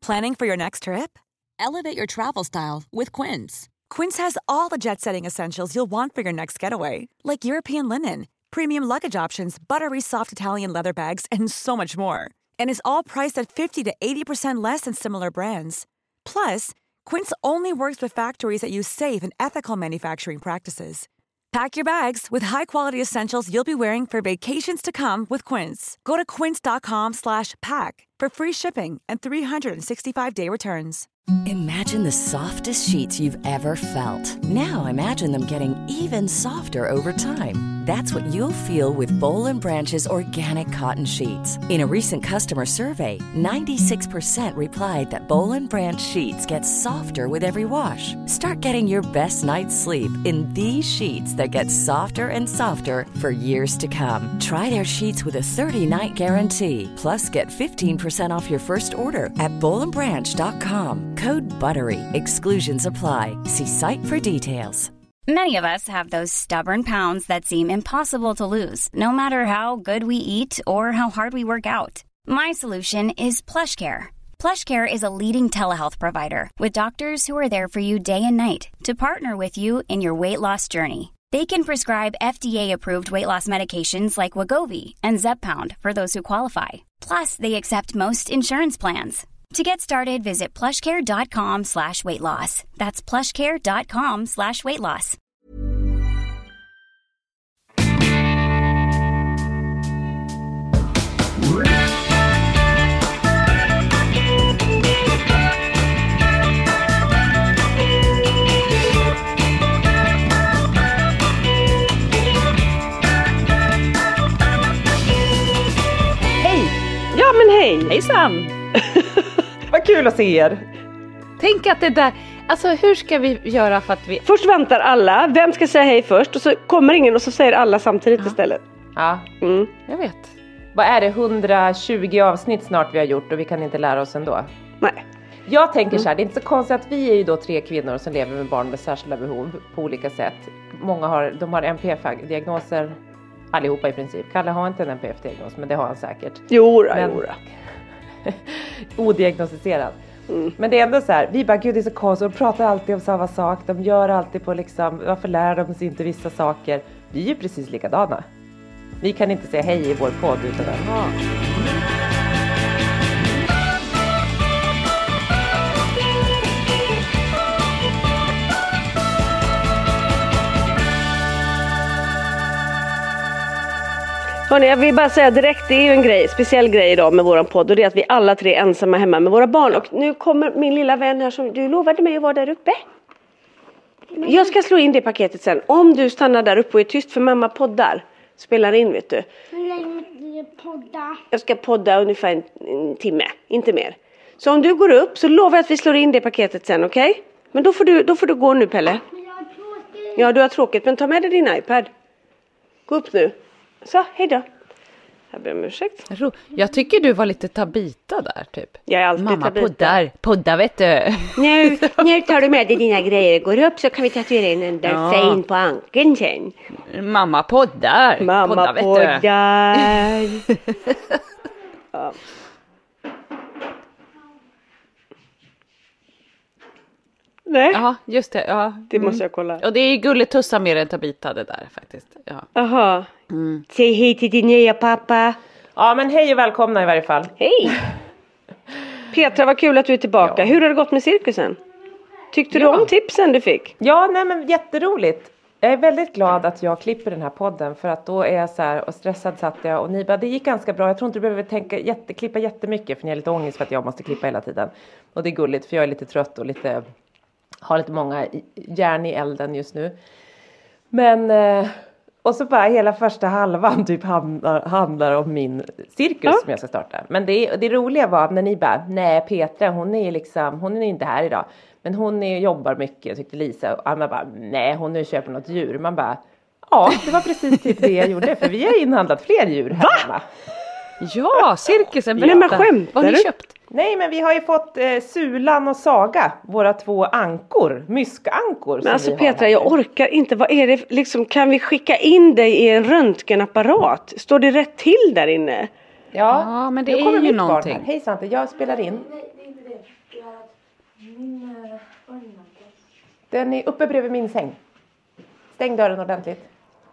Planning for your next trip? Elevate your travel style with Quince. Quince has all the jet-setting essentials you'll want for your next getaway, like European linen, premium luggage options, buttery soft Italian leather bags, and so much more. And is all priced at 50 to 80% less than similar brands. Plus, Quince only works with factories that use safe and ethical manufacturing practices. Pack your bags with high-quality essentials you'll be wearing for vacations to come with Quince. Go to quince.com/pack for free shipping and 365-day returns. Imagine the softest sheets you've ever felt. Now imagine them getting even softer over time. That's what you'll feel with Boll & Branch's organic cotton sheets. In a recent customer survey, 96% replied that Boll & Branch sheets get softer with every wash. Start getting your best night's sleep in these sheets that get softer and softer for years to come. Try their sheets with a 30-night guarantee. Plus, get 15% off your first order at bollandbranch.com. Code BUTTERY. Exclusions apply. See site for details. Many of us have those stubborn pounds that seem impossible to lose, no matter how good we eat or how hard we work out. My solution is PlushCare. PlushCare is a leading telehealth provider with doctors who are there for you day and night to partner with you in your weight loss journey. They can prescribe FDA-approved weight loss medications like Wegovy and Zepbound for those who qualify. Plus, they accept most insurance plans. To get started, visit plushcare.com/weightloss. That's plushcare.com/weightloss. Hej! Ja men hej! Hejsan! Vad kul att se er. Tänk att det där, alltså hur ska vi göra för att vi... Först väntar alla, vem ska säga hej först? Och så kommer ingen och så säger alla samtidigt istället. Ja, Jag vet. vad är det? 120 avsnitt snart vi har gjort och vi kan inte lära oss ändå. Nej. Jag tänker så här, det är inte så konstigt att vi är ju då 3 kvinnor som lever med barn med särskilda behov på olika sätt. Många har NPF-diagnoser, allihopa i princip. Kalle har inte en NPF-diagnos, men det har han säkert. Jodå. Odiagnostiserad. Men det är ändå så här, vi bara, gud det är så konstigt, de pratar alltid om samma sak, de gör alltid på liksom, varför lär de sig inte vissa saker? Vi är ju precis likadana. Vi kan inte säga hej i vår podd utan att Hörrni, jag vill bara säga direkt, det är ju en speciell grej idag med våran podd. Och det är att vi alla 3 är ensamma hemma med våra barn. Och nu kommer min lilla vän här som du lovade mig att vara där uppe. Jag ska slå in det paketet sen. Om du stannar där uppe och är tyst för mamma poddar. Spelar in, vet du. Hur länge blir det podda? Jag ska podda ungefär en timme, inte mer. Så om du går upp så lovar jag att vi slår in det paketet sen, okej? Okay? Men då får du gå nu, Pelle. Men jag har tråkigt. Ja, du har tråkigt, men ta med dig din iPad. Gå upp nu. Så, hej då. Jag ber om ursäkt. Jag tycker du var lite Tabita där, typ. Jag är alltid Mamma Tabita. poddar vet du. Nu tar du med dig dina grejer. Går upp så kan vi tatuera in en där fin på ankeln sen. Mamma poddar. Mamma poddar. Ja. Nej. Ja, just det. Ja. Det måste jag kolla. Och det är gulletussa mer än Tabita det där faktiskt. Ja. Jaha. Säg hej till din nya pappa. Ja, men hej och välkomna i varje fall. Hej. Petra, vad kul att du är tillbaka. Ja. Hur har det gått med cirkusen? Tyckte du om tipsen du fick? Ja, nej men jätteroligt. Jag är väldigt glad att jag klipper den här podden. För att då är jag så här, och stressad satt jag. Och ni bara, det gick ganska bra. Jag tror inte du behöver klippa jättemycket. För ni har lite ångest för att jag måste klippa hela tiden. Och det är gulligt för jag är lite trött och har lite många järn i elden just nu. Men, och så bara hela första halvan typ handlar om min cirkus som jag ska starta. Men det roliga var när ni bara, nej Petra hon är inte här idag. Men hon jobbar mycket, tyckte Lisa. Och Anna bara, nej hon nu köper något djur. Man bara, ja det var precis typ det jag gjorde. För vi har inhandlat fler djur här hemma. Ja, cirkusen, berätta. Men skämtar vad har ni köpt? Nej, men vi har ju fått Sulan och Saga, våra 2 ankor, myskankor. Men alltså Petra, jag orkar inte. Vad är det liksom, kan vi skicka in dig i en röntgenapparat? Står det rätt till där inne? Ja, men det är ju någonting. Hej Svante, jag spelar in. Den är uppe bredvid min säng. Stäng dörren ordentligt.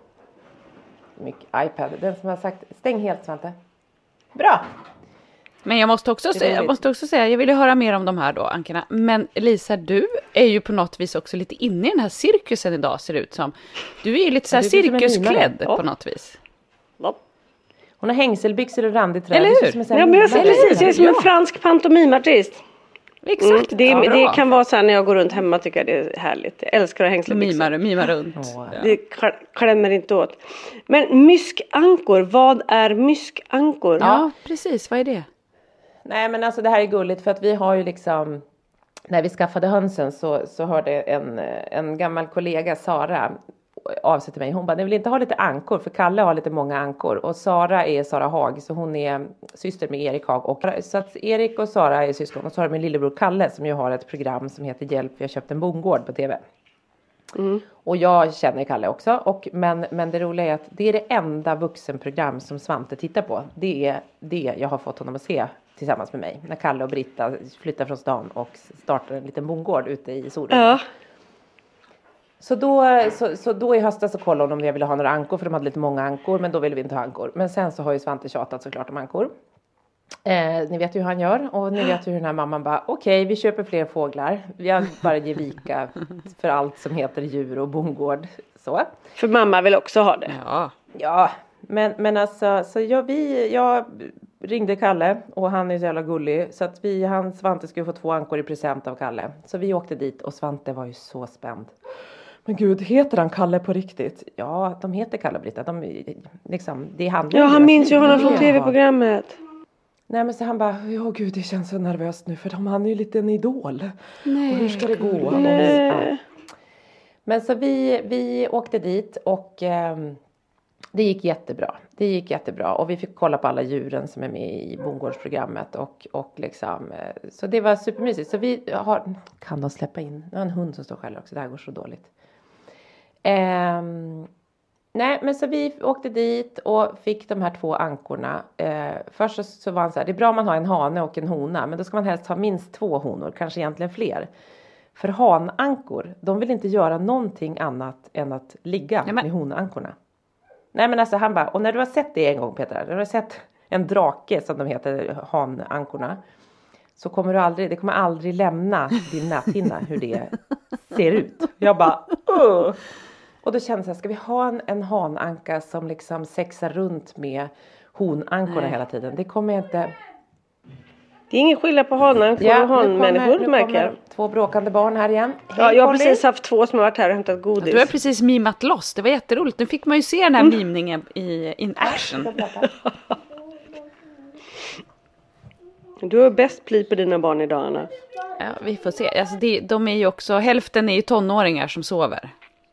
Mycket iPad. Den som har sagt stäng helt, Svante. Bra. Men jag måste också säga, jag vill ju höra mer om de här då, ankarna. Men Lisa, du är ju på något vis också lite inne i den här cirkusen idag, ser det ut som. Du är ju lite så här cirkusklädd på något vis. Hon har hängselbyxor och randig tröja. Eller hur? Ja, men jag ser som en fransk pantomimartist. Exakt. Det kan vara så här när jag går runt hemma, tycker jag det är härligt. Jag älskar att hängsla byxor. Mima runt. Det klämmer inte åt. Men myskankor, vad är myskankor? Ja, precis. Vad är det? Nej, men alltså det här är gulligt för att vi har ju liksom, när vi skaffade hönsen så hörde en gammal kollega, Sara, av sig till mig. Hon bara, ni vill inte ha lite ankor, för Kalle har lite många ankor. Och Sara är Sara Hag, så hon är syster med Erik Hag. Och, så att Erik och Sara är syskon. Och så har min lillebror Kalle som ju har ett program som heter Hjälp, vi har köpt en bondgård på tv. Och jag känner Kalle också. Men det roliga är att det är det enda vuxenprogram som Svante tittar på. Det är det jag har fått honom att se tillsammans med mig. När Kalle och Britta flyttar från stan och startar en liten bondgård ute i solen. Ja. Så då i höstas så kollade hon om jag ville ha några ankor. För de hade lite många ankor, men då ville vi inte ha ankor. Men sen så har ju Svante tjatat såklart om ankor. Ni vet ju hur han gör. Och ni vet ju hur den här mamman bara, okej, vi köper fler fåglar. Jag bara ger vika för allt som heter djur och bondgård. Så. För mamma vill också ha det. Ja, men alltså, så jag ringde Kalle och han är så jävla gullig. Så att Svante skulle få 2 ankor i present av Kalle. Så vi åkte dit och Svante var ju så spänd. Men gud, heter han Kalle på riktigt? Ja, de heter Kalle och Britta. Det handlar han minns ju honom från tv-programmet. Nej, men så han bara, ja gud, det känns så nervöst nu. För han är ju lite en idol. Nej. Och hur ska det gå? Men så vi åkte dit och det gick jättebra. Och vi fick kolla på alla djuren som är med i bondgårdsprogrammet. Och liksom, så det var supermysigt. Så vi kan de släppa in? Jag har en hund som står själv också. Det här går så dåligt. Nej, men så vi åkte dit och fick de här 2 ankorna. Först så var han så här, det är bra om man har en hane och en hona. Men då ska man helst ha minst 2 honor, kanske egentligen fler. För hanankor, de vill inte göra någonting annat än att ligga med honankorna. Nej, men alltså han bara, och när du har sett det en gång, Petra, när du har sett en drake som de heter, hanankorna, så kommer det kommer aldrig lämna din näthinna hur det ser ut. Jag bara, Och då kände jag, ska vi ha en hananka som liksom sexar runt med honankorna hela tiden? Det kommer jag inte. Det är ingen skillnad på hanankor och hanmänniskor, märker jag. 2 bråkande barn här igen. Hej, jag har precis haft 2 som har varit här och hämtat godis. Du har precis mimat loss, det var jätteroligt. Nu fick man ju se den här mimningen in action. Du har bäst pli på dina barn idag, Anna. Ja, vi får se. Alltså de är ju också, hälften är ju tonåringar som sover.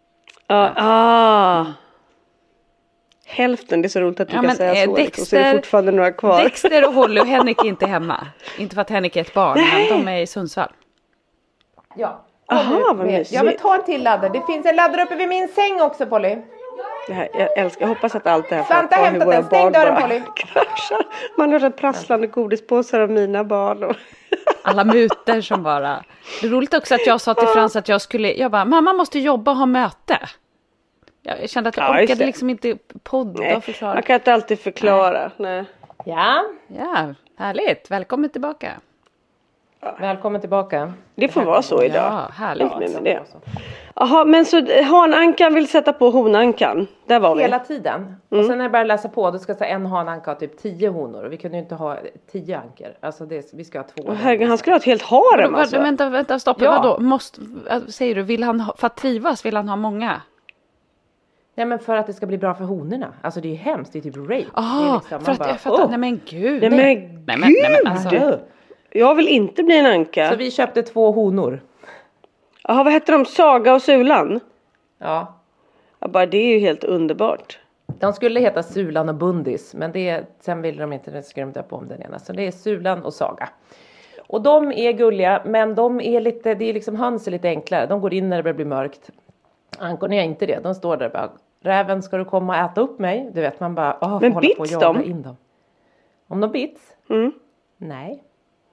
Hälften, det är så roligt att du kan säga så. Dexter, och så är det fortfarande några kvar. Dexter och Holly och Henrik är inte hemma. Inte för att Henrik är ett barn, men de är i Sundsvall. Ja. Vad mysigt. Ja, men ta en till laddare. Det finns en laddare uppe vid min säng också, Polly. Jag hoppas att allt det här Svante, hämta den. Stäng dörren, Polly. Man har hört prasslande godispåsar av mina barn. Alla muter som bara. Det är roligt också att jag sa till Frans att jag bara, mamma måste jobba och ha möte. Jag kände att jag orkade liksom inte podda och förklara. Man kan inte alltid förklara. Nej. Ja, härligt. Välkommen tillbaka. Välkommen tillbaka. Det får vara så idag. Ja, härligt. Jaha, men så hanankan vill sätta på honankan. Där var vi. Hela tiden. Och sen när jag började läsa på, då ska jag säga en hananka ha typ 10 honor. Och vi kunde ju inte ha 10 ankor. Alltså vi ska ha 2. Herregud, han skulle ha ett helt harem alltså. Vänta, stopp. Ja. Vadå? Säger du, vill han för att trivas, vill han ha många? Nej, men för att det ska bli bra för honorna. Alltså det är ju hemskt, det är typ rape. För att jag fattar, nej men gud. Nej men alltså. Jag vill inte bli en anka. Så vi köpte 2 honor. Jaha, vad heter de? Saga och Sulan? Ja. Bara det är ju helt underbart. De skulle heta Sulan och Bundis. Men sen ville de inte, skulle de döpa om den ena. Så det är Sulan och Saga. Och de är gulliga, men det är liksom höns är lite enklare. De går in när det börjar bli mörkt. Ankorna är inte det. De står där bara, räven, ska du komma och äta upp mig? Du vet, man bara, men bits in dem. Om de bits? Nej.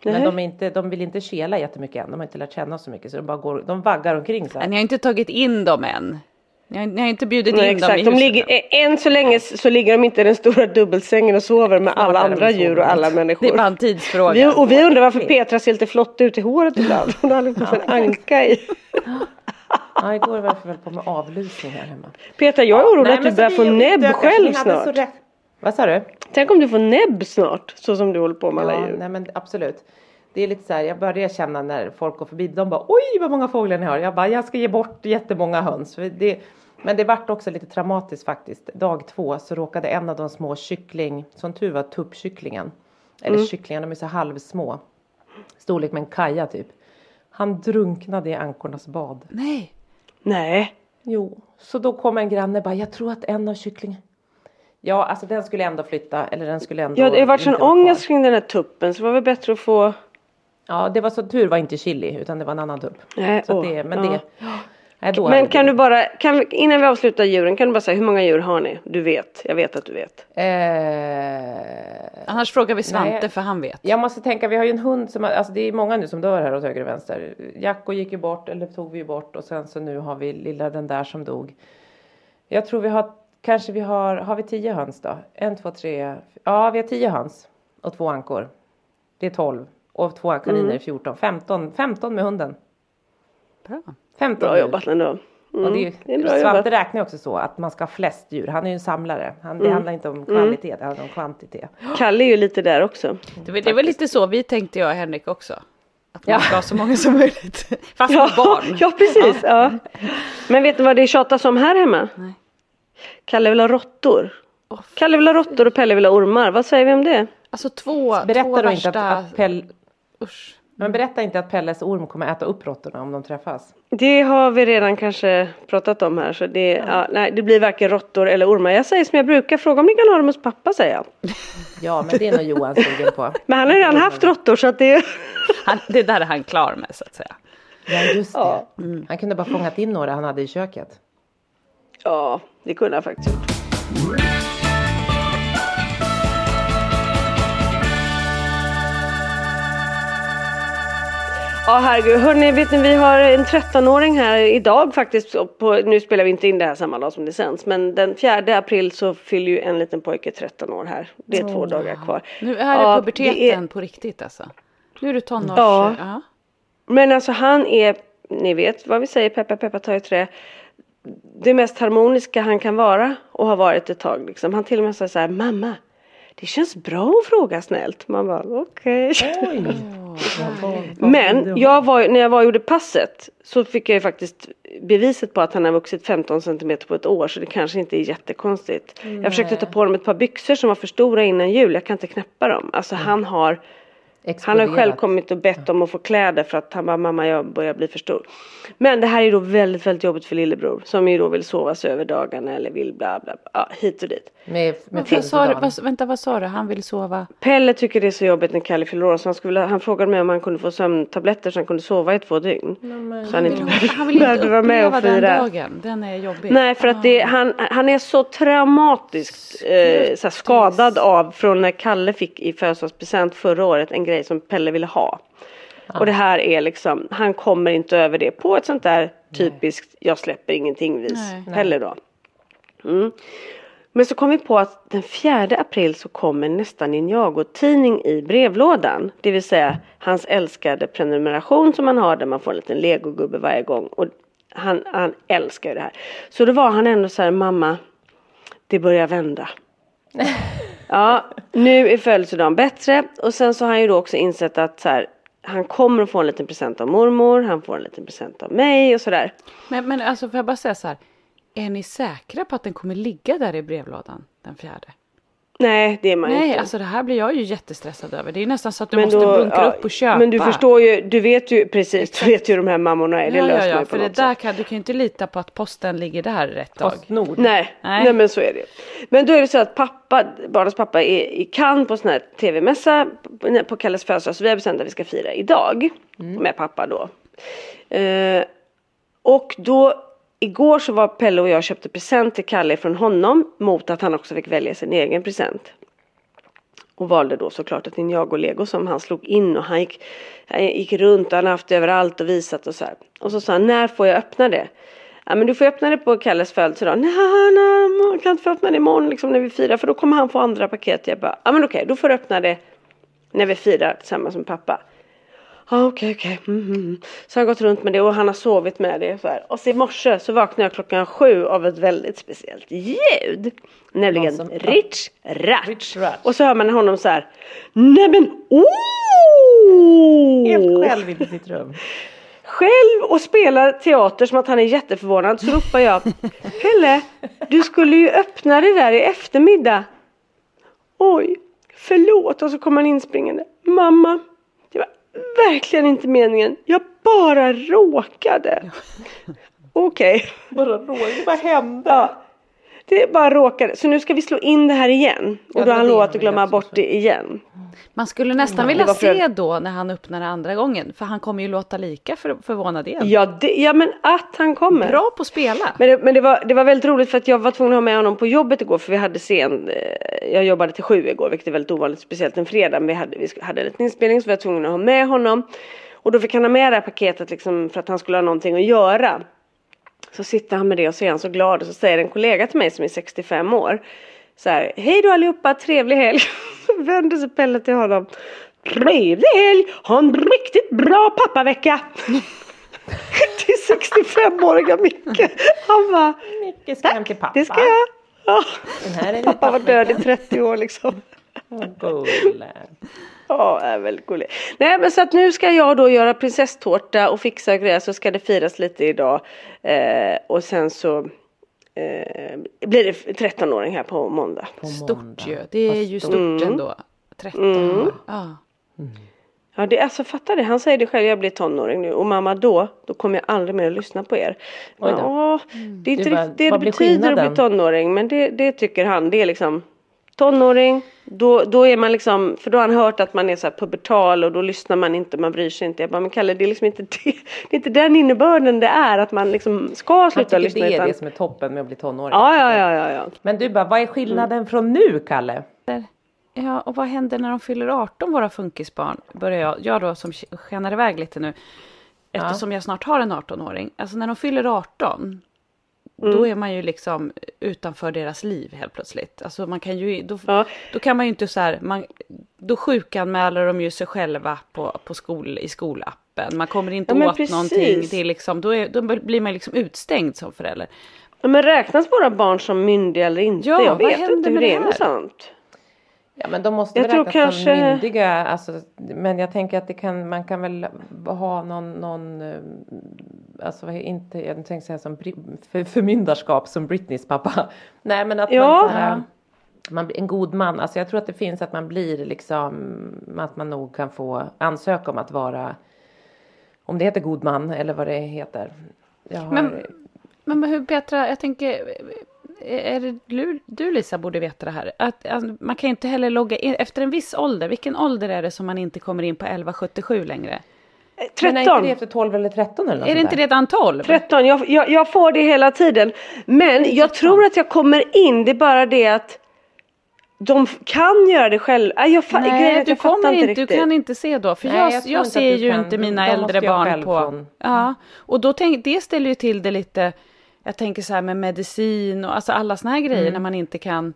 Men de vill inte kela jättemycket än. De har inte lärt känna så mycket. Så de vaggar omkring så här. Ni har inte tagit in dem än. Ni har inte bjudit in dem i huset. Än så länge så ligger de inte i den stora dubbelsängen och sover med alla andra djur och alla människor. Det är bara en tidsfråga. Vi undrar varför Petra ser lite flott ut i håret ibland. Hon har liksom en anka i. Ja, igår var jag väl på med avlusning här hemma. Petra, jag är orolig att du börjar få näbb själv snart. Vad sa du? Tänk om du får näbb snart, så som du håller på med alla djur. Nej men absolut. Det är lite så här, jag börjar känna när folk går förbi, de bara, oj vad många fåglar ni har. Jag bara, jag ska ge bort jättemånga höns. Men det vart också lite traumatiskt faktiskt. Dag 2 så råkade en av de små kyckling, som tur var tuppkycklingen. Eller kycklingarna, de är så halvsmå. Storlek med en kaja typ. Han drunknade i ankornas bad. Nej. Jo, så då kom en granne och bara, jag tror att en av kycklingarna. Ja, alltså den skulle ändå flytta. Eller den skulle ändå... Ja, det har varit sån ångest kring den här tuppen. Så det var väl bättre att få... Ja, det var så tur var inte chili. Utan det var en annan tupp. Nej, så men kan du bara... innan vi avslutar djuren. Kan du bara säga hur många djur har ni? Du vet. Jag vet att du vet. Annars frågar vi Svante för han vet. Jag måste tänka, vi har ju en hund som... Alltså det är många nu som dör här åt höger och vänster. Jacko gick ju bort. Eller tog vi bort. Och sen så nu har vi lilla den där som dog. Jag tror vi har... Kanske vi har vi 10 höns då? 1, 2, 3. Ja, vi har 10 höns. Och 2 ankor. Det är 12. Och 2 kaniner 14. 15 med hunden. Bra. 15 bra jobbat ändå. Och det är bra Svante räknar också så att man ska ha flest djur. Han är ju en samlare. Det handlar inte om kvalitet, det handlar om kvantitet. Kalle är ju lite där också. Det var lite så vi tänkte jag och Henrik också. Att man ska ha så många som möjligt. Fast med barn. Ja, precis. Ja. Men vet ni vad det tjatas om här hemma? Nej. Kalle vill ha råttor. Kalle vill ha råttor och Pelle vill ha ormar. Vad säger vi om det? Alltså två värsta... att Pelle... Usch. Men berätta inte att Pelles orm kommer äta upp råttorna om de träffas. Det har vi redan kanske pratat om här. Så det blir varken råttor eller ormar. Jag säger som jag brukar, fråga om ni kan ha dem hos pappa, säger jag. Ja, men det är nog Johan sugen på. Men han har redan haft råttor så att det... det där är han klar med så att säga. Ja, just det. Ja. Han kunde bara fångat in några han hade i köket. Ja, det kunde han faktiskt gjort. Ja, herregud. Hörrni, vet ni, vi har en 13-åring här idag faktiskt. Nu spelar vi inte in det här samma dag som det sänds. Men den 4 april så fyller ju en liten pojke 13 år här. Det är 2 dagar kvar. Nu är det puberteten på riktigt alltså. Nu är du tonårs. Ja. Men alltså han är, ni vet vad vi säger, peppa peppa ta i trä. Det mest harmoniska han kan vara och har varit ett tag liksom. Han till och med säger så här, mamma, det känns bra att fråga snällt. Man bara, okej. Men när jag var och gjorde passet så fick jag ju faktiskt beviset på att han har vuxit 15 cm på ett år. Så det kanske inte är jättekonstigt. Jag försökte ta på honom ett par byxor som var för stora innan jul. Jag kan inte knäppa dem. Alltså han har själv kommit och bett om att få kläder för att han bara, mamma, jag börjar bli för stor. Men det här är då väldigt, väldigt jobbigt för lillebror. Som ju då vill sova sig över dagarna eller vill bla bla, hit och dit. Vad sa du? Han vill sova? Pelle tycker det är så jobbigt när Kalle fyller år. Så han frågade mig om han kunde få sömntabletter så han kunde sova i 2 dygn. Så han vill inte vara med och fira. Den dagen. Den är jobbig. Nej, för att han är så traumatiskt så skadad från när Kalle fick i födelsedagspresent förra året en grej som Pelle ville ha. Och det här är liksom, han kommer inte över det på ett sånt där typiskt, jag släpper ingenting vis heller då. Men så kom vi på att den 4 april så kommer nästa Ninjago-tidning i brevlådan. Det vill säga hans älskade prenumeration som han har där man får en liten legogubbe varje gång. Och han älskar ju det här. Så då var han ändå så här, mamma, det börjar vända. Ja, nu är födelsedagen bättre. Och sen så har han ju då också insett att så här, han kommer att få en liten present av mormor. Han får en liten present av mig och sådär. Men alltså får jag bara säga så här. Är ni säkra på att den kommer ligga där i brevlådan den 4? Nej, det är man inte. Nej, alltså det här blir jag ju jättestressad över. Det är nästan så att du måste bunkra upp och köpa. Men du förstår ju, du vet ju precis, exakt. Du vet ju de här mammorna är. Det löser ja, för det där du kan ju inte lita på att posten ligger där rätt dag. Nej, men så är det. Men då är det så att barnens pappa är i Cannes på sån här tv-mässa på Kalles födelsedag. Så vi har bestämt att vi ska fira idag med pappa då. Och då igår så var Pelle och jag köpte present till Kalle från honom mot att han också fick välja sin egen present. och valde då såklart ett Ninjago-lego som han slog in och han gick runt och han haft överallt och visat och så här. Och så sa han, när får jag öppna det? Ja, men du får öppna det på Kalles födelsedag. Nej, man kan inte få öppna det imorgon liksom, när vi firar, för då kommer han få andra paket. Jag bara, ja men okej, då får du öppna det när vi firar tillsammans med pappa. Ja, okej. Så har jag gått runt med det och han har sovit med det. Så här. Och så i morse så vaknade jag 7:00 av ett väldigt speciellt ljud. Nämligen Rich Ratch. Och så hör man honom så här, nej men helt själv i sitt rum. Själv och spelar teater som att han är jätteförvånad. Så ropar jag, Pelle, du skulle ju öppna det där i eftermiddag. Oj, förlåt. Och så kommer han inspringande. Mamma, det var verkligen inte meningen. Jag bara råkade. Okej. Bara råkade, vad hände? Ja, det bara råkade. Så nu ska vi slå in det här igen. Och då har han lovat att glömma bort det igen. Man skulle nästan vilja se då när han öppnar det andra gången. För han kommer ju låta lika förvånad igen. Ja, men att han kommer. Bra på att spela. Men det var väldigt roligt för att jag var tvungen att ha med honom på jobbet igår. För vi hade jag jobbade till 7 igår, vilket är väldigt ovanligt. Speciellt en fredag. Vi hade en liten inspelning så vi var tvungna att ha med honom. Och då fick han ha med det här paketet liksom, för att han skulle ha någonting att göra. Så sitter han med det och så är han så glad. Och så säger en kollega till mig som är 65 år. Så här, hej då allihopa, trevlig helg. Så vänder sig Pelle till honom. Trevlig helg, ha en riktigt bra pappavecka. Till 65-åriga Micke. Han bara, Micke ska hem till pappa. Det ska jag. Ja. Den här är pappa var död i 30 år liksom. Gulle. Ja, är väldigt gulligt. Nej, men så att nu ska jag då göra prinsesstårta och fixa grejer, så ska det firas lite idag. Och sen så blir det 13-åring här på måndag. Stort ju. Det är ju stort ändå. 13 år. Ja. Ja, det, alltså fattar det. Han säger det själv, jag blir tonåring nu. Och mamma då kommer jag aldrig mer att lyssna på er. Men, det är inte riktigt det betyder att bli tonåring. Men det tycker han. Det är liksom tonåring. Då är man liksom, för då har han hört att man är så här pubertal. Och då lyssnar man inte, man bryr sig inte. Jag bara, men Kalle, det är liksom inte det. Det är inte den innebörden det är. Att man liksom ska sluta lyssna. Det är det som är toppen med att bli tonåring. Ja. Men du bara, vad är skillnaden från nu, Kalle? Ja, och vad händer när de fyller 18, våra funkisbarn? Börjar jag då som skenar iväg lite nu. Eftersom jag snart har en 18-åring. Alltså när de fyller 18, då är man ju liksom utanför deras liv helt plötsligt. Alltså man kan ju, då kan man ju inte så här, då sjukanmäler de ju sig själva i skolappen. Man kommer inte åt precis. någonting. Det är liksom, då blir man liksom utstängd som förälder. Ja, men räknas våra barn som myndiga eller inte? Ja, jag vet inte hur det är med sånt. Ja, men de måste räknas som myndiga. Alltså, men jag tänker att man kan väl ha någon alltså inte, jag tänkte säga som förmyndarskap som Britneys pappa. Nej, men att man blir en god man. Alltså jag tror att det finns att man blir liksom, att man nog kan få ansöka om att vara, om det heter god man eller vad det heter. Men hur Petra, jag tänker, är det du Lisa borde veta det här, att man kan ju inte heller logga in efter en viss ålder. Vilken ålder är det som man inte kommer in på 1177 längre? 13. Men är inte det efter 12 eller 13 eller något? Är det inte redan 12? 13, jag får det hela tiden. Men jag tror att jag kommer in, det är bara det att de kan göra det själv. Nej, du kan inte se då. För jag ser ju inte mina äldre barn på. Ja, och då det ställer ju till det lite. Jag tänker så här med medicin och alltså alla såna här grejer när man inte kan.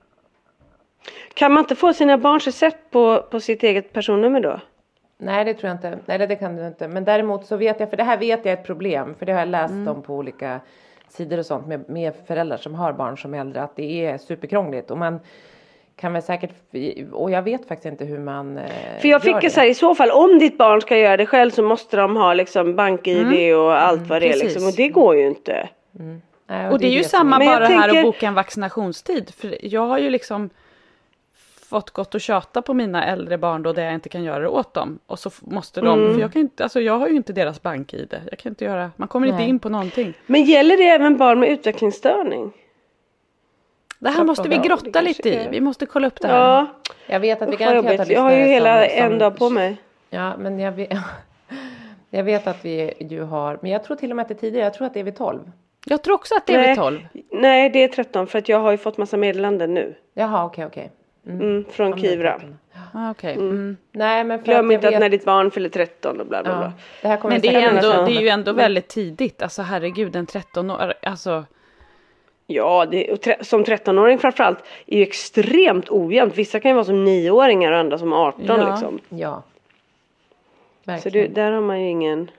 Kan man inte få sina barns recept på sitt eget personnummer då? Nej, det tror jag inte. Nej, det kan du inte. Men däremot så vet jag, för det här vet jag är ett problem. För det har jag läst om på olika sidor och sånt med föräldrar som har barn som är äldre. Att det är superkrångligt. Och man kan väl säkert, och jag vet faktiskt inte hur man för jag fick säga i så fall, om ditt barn ska göra det själv så måste de ha liksom bank-id och allt vad det är liksom. Och det går ju inte. Nej, och det är ju samma bara här att boka en vaccinationstid. För jag har ju liksom fått gått och tjata på mina äldre barn då där jag inte kan göra det åt dem. Och så måste de, för jag kan inte, alltså jag har ju inte deras bank-id. Jag kan inte göra, man kommer inte in på någonting. Men gäller det även barn med utvecklingsstörning? Det här måste vi grotta lite i. Vi måste kolla upp det här. Ja. Jag vet att vi garanterat har lyssnare. Jag har ju hela en dag på mig. Ja, men jag vet att vi ju har, men jag tror till och med att det är tidigare. Jag tror att det är vid 12. Jag tror också att det är vid 12. Nej, det är 13 för att jag har ju fått massa meddelanden nu. Jaha, okej. Från Kivra. Okay. Nej, men glöm inte att när ditt barn fyller 13 och bla bla bla. Det här men det är ju ändå väldigt tidigt. Alltså herregud, en 13-år, alltså. Ja, som 13-åring framförallt är ju extremt ojämnt. Vissa kan ju vara som 9-åringar och andra som 18 liksom. Ja. Verkligen. Så där har man ju ingen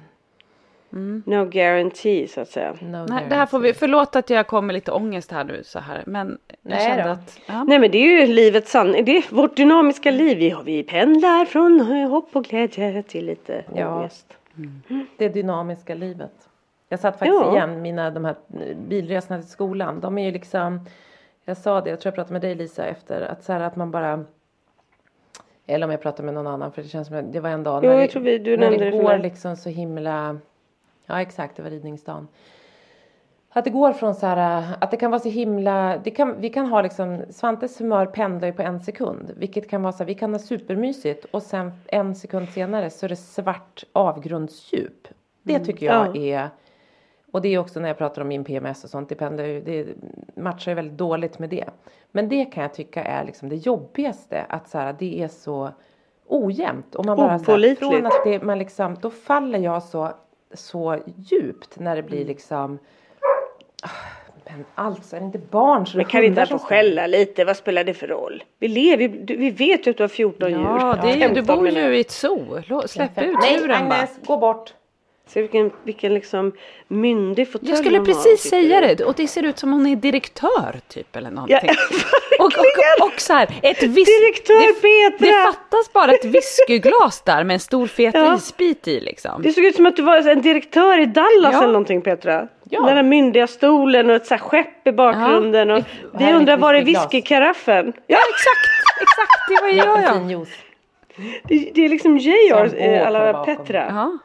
no guarantee så att säga. Nej, det här får vi, förlåt att jag kommer lite ångest här nu så här, men jag kände att Nej, men det är ju livets sanning, det är vårt dynamiska liv, vi pendlar från hopp och glädje till lite ångest. Det dynamiska livet. Jag satt faktiskt igen de här bilresorna till skolan, de är ju liksom, jag sa det, jag tror jag pratade med dig Lisa efter, att så här att man bara, eller om jag pratar med någon annan, för det känns som att det var en dag när det går liksom så himla. Ja, exakt, det var ridningsdagen. Att det går från så här, att det kan vara så himla, vi kan ha liksom, Svantes humör pendlar ju på 1 sekund. Vilket kan vara så här, vi kan ha supermysigt och sen 1 sekund senare så är det svart avgrundsdjup. Det tycker jag är, och det är också när jag pratar om min PMS och sånt, det matchar ju väldigt dåligt med det. Men det kan jag tycka är liksom det jobbigaste, att så här, det är så ojämnt. Och man bara så här, från att man liksom, då faller jag så djupt när det blir liksom, men alltså är det inte barn så. Men kan inte få skälla lite, vad spelar det för roll? Vi vet ju att du har 14 djur. Ja, du bor ju i ett zoo. Släpp ut djuren. Nej, Agnes, gå bort. Så vilken liksom myndig fåtölj. Jag skulle precis säga det. Och det ser ut som hon är direktör typ eller någonting. Ja, och så här, direktör Petra. Det fattas bara ett whiskyglas där med en stor fet isbit i liksom. Det såg ut som att du var en direktör i Dallas eller någonting, Petra. Ja. Den där myndiga stolen och ett så här skepp i bakgrunden. Och vi undrar, var är whiskykaraffen? Ja, exakt. Det var jag. Det är liksom Georg alla Petra. Ja.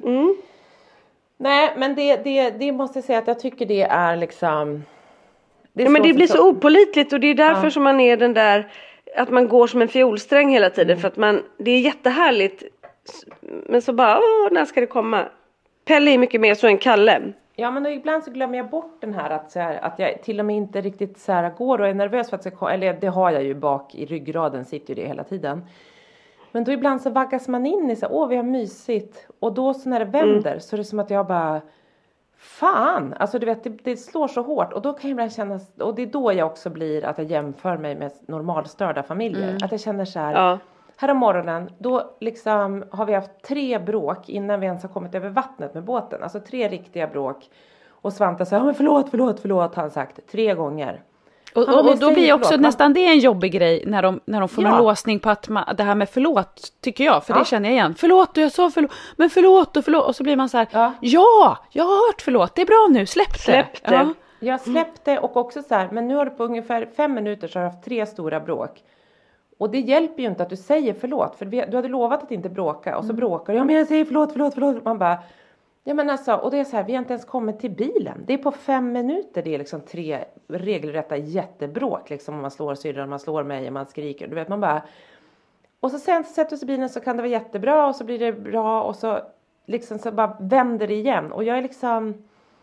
Nej, men det måste jag säga att jag tycker det är liksom. Men det blir så opålitligt och det är därför som man är den där, att man går som en fiolsträng hela tiden för att det är jättehärligt, men så bara när ska det komma? Pelle är mycket mer så än Kalle. Ja, men ibland så glömmer jag bort den här att jag till och med inte riktigt så här går och är nervös för att eller det har jag ju bak i ryggraden, sitter ju det hela tiden. Men då ibland så vaggas man in i så vi har mysigt. Och då så när det vänder så är det som att jag bara, fan. Alltså du vet, det slår så hårt. Och då kan jag ibland känna, och det är då jag också blir att jag jämför mig med normalstörda familjer. Att jag känner så här, här om morgonen, då liksom har vi haft 3 bråk innan vi ens har kommit över vattnet med båten. Alltså 3 riktiga bråk. Och Svante sa, men förlåt, har han sagt 3 gånger. Och då blir också nästan det en jobbig grej när de får någon låsning på att det här med förlåt, tycker jag. För det känner jag igen. Förlåt, jag sa förlåt. Men förlåt. Och så blir man så här, ja, jag har hört förlåt. Det är bra nu, släpp det. Ja. Jag släppte och också så här, men nu har du på ungefär 5 minuter så har du haft 3 stora bråk. Och det hjälper ju inte att du säger förlåt. För du hade lovat att inte bråka. Och så bråkar du. Ja, men jag säger förlåt. Man bara, ja men alltså, och det är så här, vi har inte ens kommit till bilen. Det är på 5 minuter, det är liksom 3 regelrätta jättebråk. Liksom om man slår syrran, man slår mig och man skriker. Du vet, man bara. Och så sen sätter du sig i bilen så kan det vara jättebra och så blir det bra. Och så liksom så bara vänder det igen. Och jag är liksom,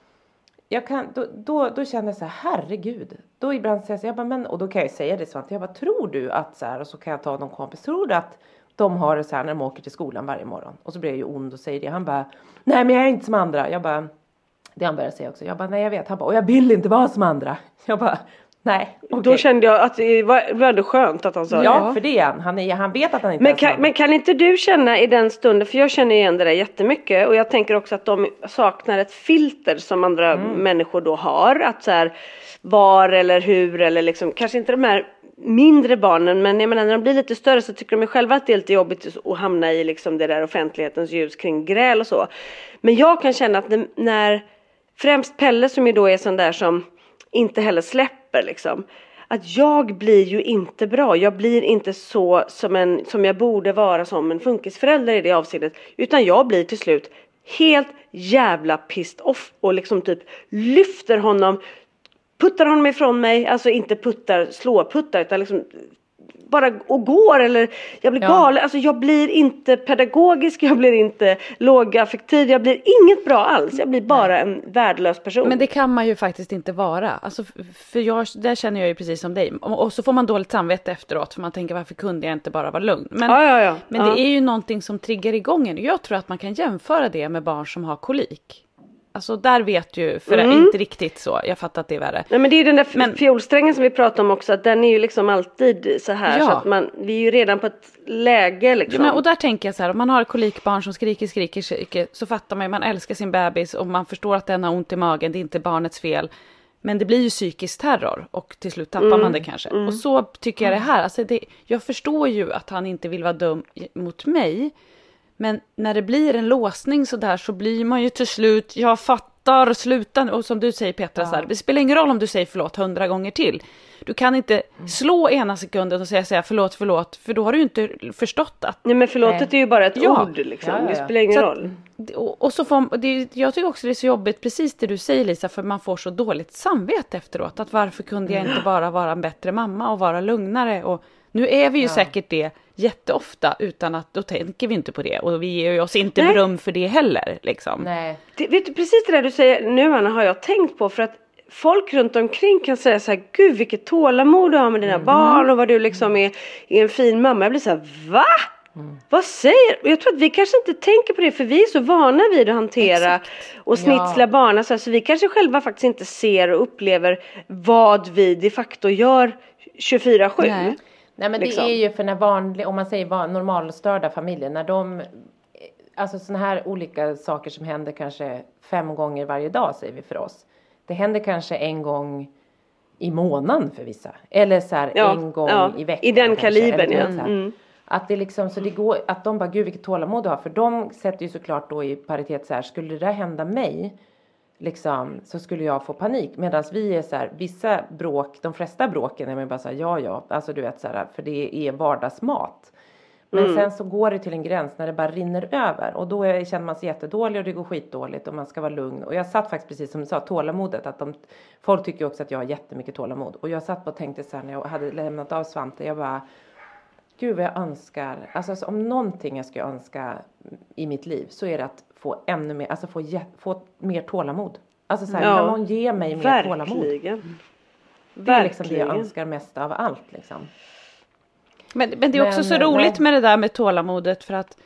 då känner jag så här, herregud. Då ibland säger jag bara, men, och då kan jag säga det så att jag bara, tror du att så här, och så kan jag ta någon kompis, tror du att de har det så här när de åker till skolan varje morgon. Och så blir jag ju ond och säger det. Han bara, nej men jag är inte som andra. Jag bara, det han börjar säga också. Jag bara, nej jag vet. Han bara, och jag vill inte vara som andra. Jag bara, nej. Okay. Då kände jag att det var ändå skönt att han sa det. Ja, för det är han vet att han inte men kan inte du känna i den stunden, för jag känner igen det där jättemycket. Och jag tänker också att de saknar ett filter som andra människor då har. Att så här, var eller hur eller liksom, kanske inte de här mindre barnen, men jag menar, när de blir lite större så tycker de själva att det är lite jobbigt att hamna i liksom det där offentlighetens ljus kring gräl och så. Men jag kan känna att när främst Pelle, som ju då är sån där som inte heller släpper liksom, att jag blir ju inte bra. Jag blir inte så som jag borde vara som en funkisförälder i det avseendet, utan jag blir till slut helt jävla pissed off och liksom typ lyfter honom, puttar honom ifrån mig, alltså inte slåputtar utan liksom bara och går eller jag blir galen. Alltså jag blir inte pedagogisk, jag blir inte lågaffektiv, jag blir inget bra alls. Jag blir bara en värdelös person. Men det kan man ju faktiskt inte vara. Alltså, för där känner jag ju precis som dig. Och så får man dåligt samvete efteråt för man tänker varför kunde jag inte bara vara lugn. Men det är ju någonting som triggar igång en. Jag tror att man kan jämföra det med barn som har kolik. Alltså där vet ju, för det är inte riktigt så, jag fattar att det är värre. Nej men det är ju den där fiolsträngen som vi pratar om också, att den är ju liksom alltid så här, så att vi är ju redan på ett läge liksom. Ja, och där tänker jag så här, om man har kolikbarn som skriker, så fattar man älskar sin bebis och man förstår att den har ont i magen, det är inte barnets fel. Men det blir ju psykisk terror och till slut tappar man det kanske. Och så tycker jag det här, alltså jag förstår ju att han inte vill vara dum mot mig. Men när det blir en låsning så där så blir man ju till slut, jag fattar, sluta. Och som du säger Petra, så här, det spelar ingen roll om du säger förlåt 100 gånger till. Du kan inte slå ena sekunden och säga förlåt, för då har du ju inte förstått att... Nej men förlåtet är ju bara ett ord liksom, det spelar ingen roll. Och så jag tycker också det är så jobbigt, precis det du säger Lisa, för man får så dåligt samvete efteråt. Att varför kunde jag inte bara vara en bättre mamma och vara lugnare och... Nu är vi ju säkert det jätteofta utan att då tänker vi inte på det. Och vi ger ju oss inte beröm för det heller. Liksom. Nej. Vet du, precis det där du säger nu Anna har jag tänkt på. För att folk runt omkring kan säga så här, gud vilket tålamod du har med dina barn. Och vad du liksom är en fin mamma. Jag blir så här, va? Vad säger du? Jag tror att vi kanske inte tänker på det. För vi är så vana vid att hantera och snitsla barn. Så vi kanske själva faktiskt inte ser och upplever vad vi de facto gör 24/7. Nej men liksom. Det är ju för när om man säger normalstörda familjer, när de, alltså såna här olika saker som händer kanske 5 gånger varje dag säger vi för oss. Det händer kanske en gång i månaden för vissa. Eller så här en gång i veckan. I den kalibern, Att det liksom, så det går, att de bara, gud vilket tålamod du har. För de sätter ju såklart då i paritet så här, skulle det där hända mig liksom, så skulle jag få panik. Medan vi är så här, vissa bråk, de flesta bråken är man bara så här, ja, alltså du vet så här, för det är vardagsmat. Men sen så går det till en gräns när det bara rinner över. Och då känner man sig jättedålig och det går skitdåligt och man ska vara lugn. Och jag satt faktiskt precis som du sa, tålamodet. Att folk tycker också att jag har jättemycket tålamod. Och jag satt och tänkte så här när jag hade lämnat av Svante, jag bara... Gud vad jag önskar, alltså om någonting jag ska önska i mitt liv så är det att få ännu mer, alltså få mer tålamod. Alltså så här, kan någon ge mig mer tålamod? Det är liksom det jag önskar mest av allt liksom. Men det är också så roligt med det där med tålamodet för att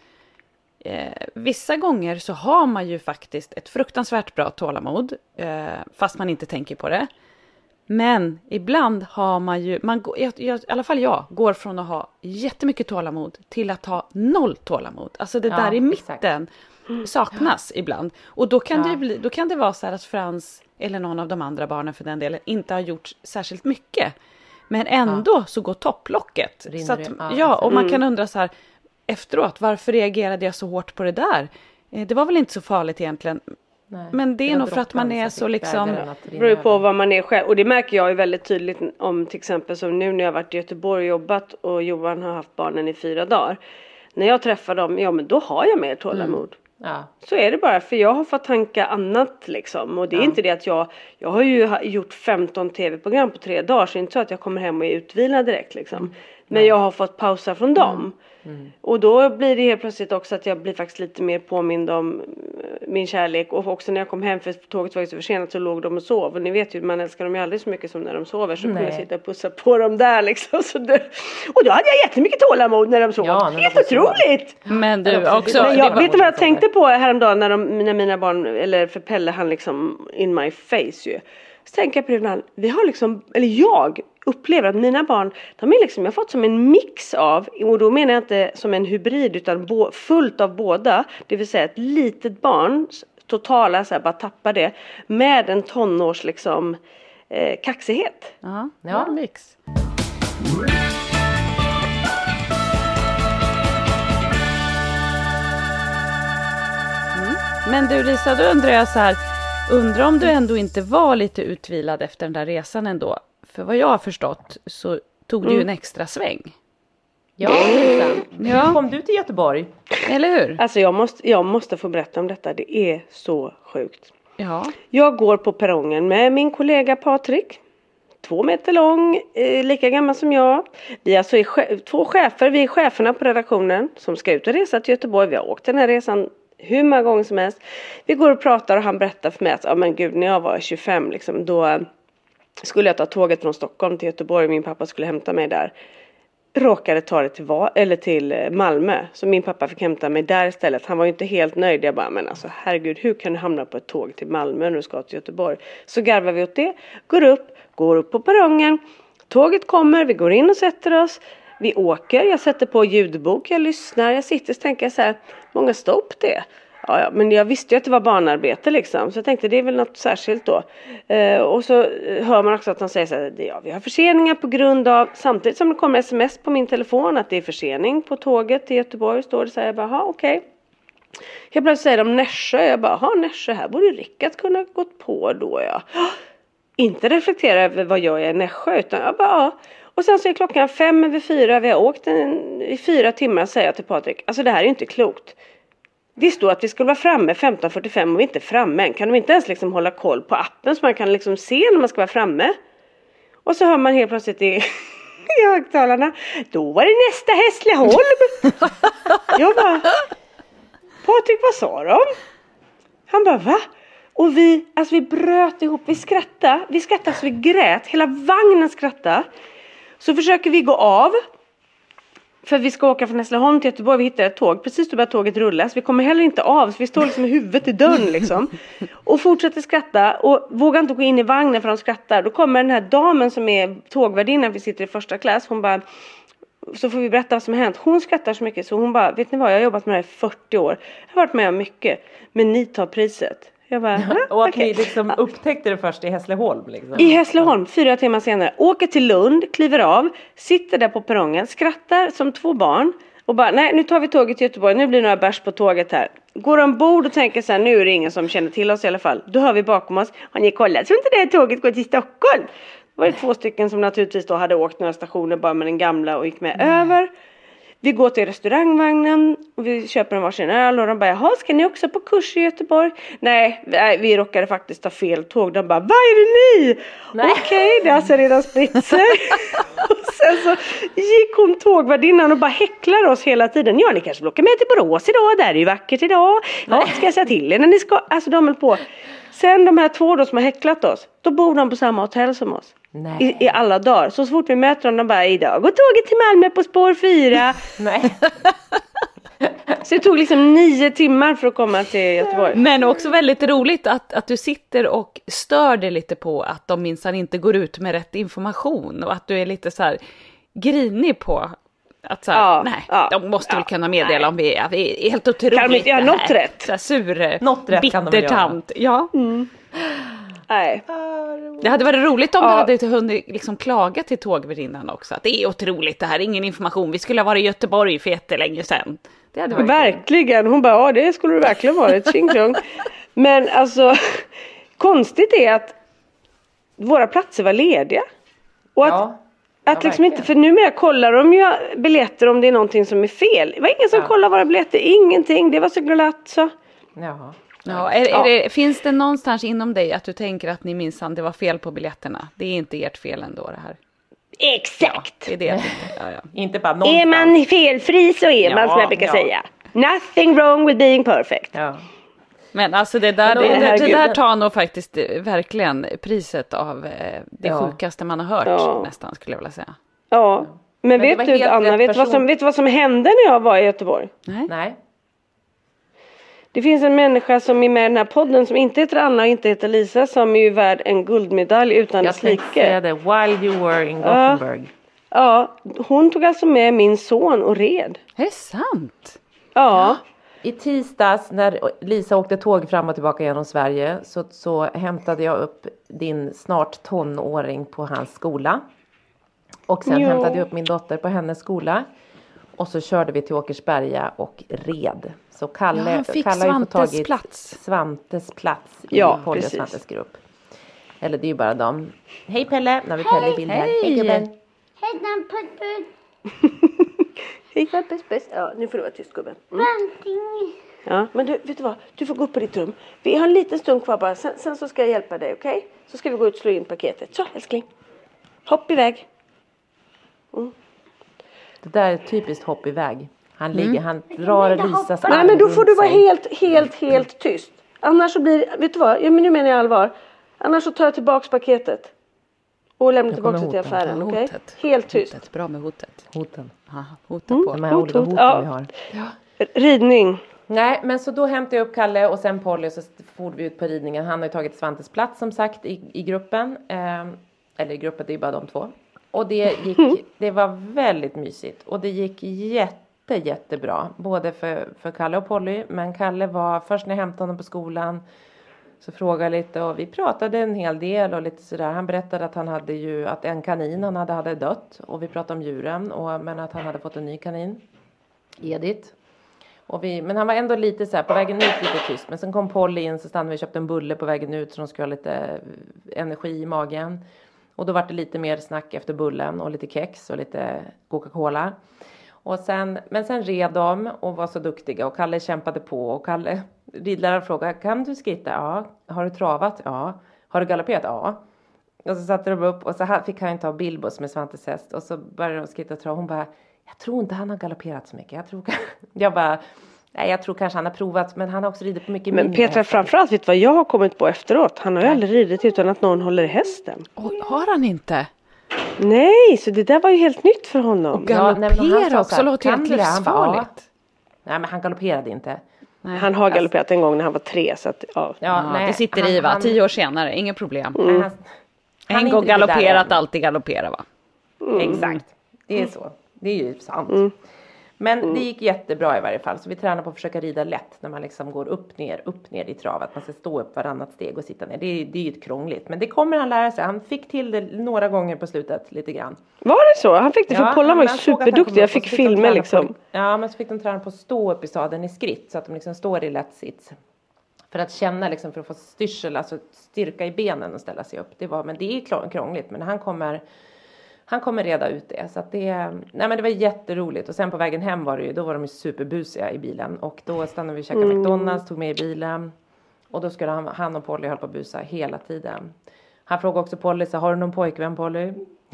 vissa gånger så har man ju faktiskt ett fruktansvärt bra tålamod fast man inte tänker på det. Men ibland har man ju, i alla fall jag, går från att ha jättemycket tålamod till att ha 0 tålamod. Alltså det där i mitten saknas ibland. Och då kan det vara så här att Frans, eller någon av de andra barnen för den delen, inte har gjort särskilt mycket. Men ändå så går topplocket. Så att, och man kan undra så här, efteråt, varför reagerade jag så hårt på det där? Det var väl inte så farligt egentligen. Nej, men det är nog för att man är så liksom... Det beror på vad man är själv. Och det märker jag ju väldigt tydligt om till exempel som nu när jag har varit i Göteborg och jobbat och Johan har haft barnen i 4 dagar. När jag träffar dem, men då har jag mer tålamod. Ja. Så är det bara, för jag har fått tanka annat liksom. Och det är inte det att jag har ju gjort 15 tv-program på 3 dagar. Så det är inte så att jag kommer hem och är utvilad direkt liksom. Men jag har fått pausa från dem. Och då blir det helt plötsligt också att jag blir faktiskt lite mer påmind om min kärlek. Och också när jag kom hem, för tåget var ju så försenat, så låg de och sov. Och ni vet ju, man älskar dem ju aldrig så mycket som när de sover. Så kunde jag sitta och pussa på dem där liksom. Och då hade jag jättemycket tålamod när de sov. Helt otroligt! Men du också... Men vet du vad jag tänkte på häromdagen när mina barn, eller för Pelle, han liksom in my face ju. Så tänker jag på det ibland, jag upplever att mina barn, de är liksom, jag har fått som en mix av, och då menar jag inte som en hybrid utan fullt av båda, det vill säga ett litet barn totala så här, bara tappar det med en tonårs liksom kaxighet. Ja, mix. Men du Lisa, då undrar jag så här, undrar om du ändå inte var lite utvilad efter den där resan ändå. För vad jag har förstått så tog du ju en extra sväng. Ja, Lisa. Kom du till Göteborg? Eller hur? Alltså jag måste få berätta om detta. Det är så sjukt. Ja. Jag går på perrongen med min kollega Patrik. 2 meter lång, lika gammal som jag. Vi är alltså 2 chefer, vi är cheferna på redaktionen som ska ut och resa till Göteborg. Vi har åkt den här resan hur många gånger som helst. Vi går och pratar och han berättar för mig att men gud, när jag var 25 liksom, då skulle jag ta tåget från Stockholm till Göteborg. Min pappa skulle hämta mig där. Råkade ta det till Malmö. Så min pappa fick hämta mig där istället. Han var ju inte helt nöjd. Jag bara, men alltså herregud, hur kan du hamna på ett tåg till Malmö när du ska till Göteborg? Så garvar vi åt det. Går upp på perrongen. Tåget kommer, vi går in och sätter oss. Vi åker, jag sätter på ljudbok, jag lyssnar. Jag sitter och tänker så här, många stopp det. Ja, men jag visste ju att det var barnarbete liksom. Så jag tänkte det är väl något särskilt då. Och så hör man också att de säger så här, ja, vi har förseningar på grund av, samtidigt som det kommer sms på min telefon att det är försening på tåget till Göteborg. Står det så här, jag bara, okej. Jag plötsligt säger de Nässjö, jag bara, Nässjö, här borde Rickard kunna gått på då, ja. Inte reflektera över vad jag är i Nässjö, utan jag bara, ja. Och sen så är klockan 5:04, vi har åkt i 4 timmar, säger jag till Patrik. Alltså det här är inte klokt. Det står att vi skulle vara framme 15:45 och vi är inte framme än. Kan de inte ens liksom hålla koll på appen så man kan liksom se när man ska vara framme? Och så hör man helt plötsligt i högtalarna, då var det nästa Hässleholm. Jag bara, Patrik, vad sa de? Han bara, va? Och vi bröt ihop, vi skrattade så vi grät, hela vagnen skrattade. Så försöker vi gå av. För vi ska åka från Hässleholm till Göteborg. Vi hittar ett tåg. Precis då börjar tåget rulla. Så vi kommer heller inte av. Så vi står liksom med huvudet i dörren liksom. Och fortsätter skratta. Och vågar inte gå in i vagnen för de skrattar. Då kommer den här damen som är tågvärdinnan. Vi sitter i första klass. Hon bara, så får vi berätta vad som har hänt. Hon skrattar så mycket. Så hon bara, vet ni vad? Jag har jobbat med det här i 40 år. Jag har varit med om mycket. Men ni tar priset. Jag bara, och att ni liksom upptäckte det först i Hässleholm liksom. I Hässleholm, 4 timmar senare. Åker till Lund, kliver av, sitter där på perrongen, skrattar som 2 barn. Och bara, nej, nu tar vi tåget till Göteborg, nu blir det några bärs på tåget här. Går ombord och tänker så här, nu är det ingen som känner till oss i alla fall. Då hör vi bakom oss, har ni kollat så inte det här tåget går till Stockholm? Då var det 2 stycken som naturligtvis då hade åkt några stationer bara med den gamla och gick med över. Vi går till restaurangvagnen och vi köper en varsin öl och de bara, jaha, ska ni också på kurs i Göteborg? Nej, vi råkade faktiskt ta fel tåg. De bara, vad är det ni? Okej, det har alltså redan spritt sig. Och sen så gick hon tågvärdinnan och bara häcklar oss hela tiden. Ja, ni kanske vill åka med till Borås idag, där är ju vackert idag. Ja, ska jag säga till er när ni ska, alltså de höll på. Sen de här 2 då som har häcklat oss, då bor de på samma hotell som oss. I alla dagar. Så fort vi möter dem, de bara, idag går tåget till Malmö på spår 4. Nej. Så det tog liksom 9 timmar för att komma till Göteborg. Men också väldigt roligt att du sitter och stör dig lite på att de minsann inte går ut med rätt information. Och att du är lite så här grinig på att så här, de måste väl kunna meddela om vi är helt otroligt. Kan de inte göra något rätt? Så här, sur, något rätt kan de bittertant. Ja. Mm. Nej. Det hade varit roligt om du hade hunnit liksom klaga till tågvärdinnan också. Att det är otroligt, det här är ingen information. Vi skulle ha varit i Göteborg för jättelänge sedan. Det hade varit verkligen. Hon bara, ja det skulle det verkligen vara. Tjing. Men alltså, konstigt är att våra platser var lediga. Och att liksom inte, för numera kollar de ju biljetter om det är någonting som är fel. Det var ingen som kollade våra biljetter, ingenting. Det var så glatt så. Jaha. Ja, finns det någonstans inom dig att du tänker att ni minsann det var fel på biljetterna? Det är inte ert fel ändå det här. Exakt. Ja, det är det. Inte bara någonstans. Är man felfri så är man, som jag brukar säga. Nothing wrong with being perfect. Ja. Men alltså det där tar nog faktiskt verkligen priset av det sjukaste man har hört nästan, skulle jag vilja säga. Ja, men vet du Anna, vet du vad som hände när jag var i Göteborg? Nej. Det finns en människa som är med i den här podden som inte heter Anna och inte heter Lisa, som är ju värd en guldmedalj utan dess like. Jag säga det, while you were in Gothenburg. Ja, hon tog alltså med min son och red. Det är sant? Ja. I tisdags när Lisa åkte tåg fram och tillbaka genom Sverige så hämtade jag upp din snart tonåring på hans skola. Och sen hämtade jag upp min dotter på hennes skola. Och så körde vi till Åkersberga och red. Så Kalle fick Svantes plats. Svantes plats i Polly och Svantes grupp. Eller det är ju bara dem. Hej Pelle, när vi Pelle i bild här. Hej gubben. Hej Puss. Hej Puss. Ja, nu får du vara tyst gubben. Ja, men du, vet du vad? Du får gå upp på ditt rum. Vi har en liten stund kvar bara. Sen så ska jag hjälpa dig, okej? Så ska vi gå ut och slå in paketet. Så, älskling. Hopp iväg. Det där är typiskt hopp iväg. Han ligger, han drar Lisas arm. Nej, men då får du vara helt tyst. Annars så blir, vet du vad? Ja, men nu menar jag allvar. Annars så tar jag tillbaks paketet. Och lämnar tillbaka det till affären, okej? Okay? Helt tyst. Hotet. Bra med hotet. Hoten. Aha, hota på. De här olika hoten vi har. Ja. Ridning. Nej, men så då hämtade jag upp Kalle och sen Polly, så for vi ut på ridningen. Han har ju tagit Svantes plats som sagt i gruppen. Eller i gruppen, det är bara de två. Och det var väldigt mysigt. Och det gick jättebra. Både för Kalle och Polly. Men Kalle var, först när jag hämtade honom på skolan, så frågade jag lite och vi pratade en hel del och lite sådär. Han berättade att han hade ju, att en kanin han hade dött. Och vi pratade om djuren, men att han hade fått en ny kanin. Edith. Men han var ändå lite så här på vägen ut lite tyst. Men sen kom Polly in, så stannade vi och köpte en bulle på vägen ut så de skulle ha lite energi i magen. Och då var det lite mer snack efter bullen och lite kex och lite Coca-Cola. Men sen red de och var så duktiga och Kalle kämpade på. Och Kalle, ridläraren frågade, kan du skritta? Ja. Har du travat? Ja. Har du galopperat? Ja. Och så satte de upp och så fick han ta Bilbo som är Svantes häst. Och så började de skritta och trava. Hon bara, jag tror inte han har galopperat så mycket. Jag tror kanske han har provat, men han har också ridit på mycket mindre. Men Petra, framförallt vet vad jag har kommit på efteråt. Han har ju aldrig ridit utan att någon håller i hästen. Oj, har han inte? Nej, så det där var ju helt nytt för honom. Och galoppera också, låter helt livsfarligt. Nej, men han galopperade inte. Nej. Han har galopperat en gång när han var 3. Så att, det sitter i 10 år senare, inget problem. En gång galopperat, alltid galoppera va? Exakt, det är så. Det är ju sant. Men det gick jättebra i varje fall. Så vi tränar på att försöka rida lätt. När man liksom går upp ner i travet. Man ska stå upp varannat steg och sitta ner. Det är ju ett krångligt. Men det kommer han lära sig. Han fick till det några gånger på slutet. Lite grann. Var det så? Han fick det för Pollan var ju superduktig. Jag fick filmer liksom. Men så fick de träna på att stå upp i sadeln i skritt. Så att de liksom står i lätt sits. För att känna liksom, för att få styrsel. Alltså styrka i benen och ställa sig upp. Men det är krångligt. Men han kommer reda ut det. Så att men det var jätteroligt. Och sen på vägen hem då var de ju superbusiga i bilen. Och då stannade vi och käkade McDonald's, tog med i bilen. Och då skulle han och Polly hålla på att busa hela tiden. Han frågade också Polly, så har du någon pojkvän Polly?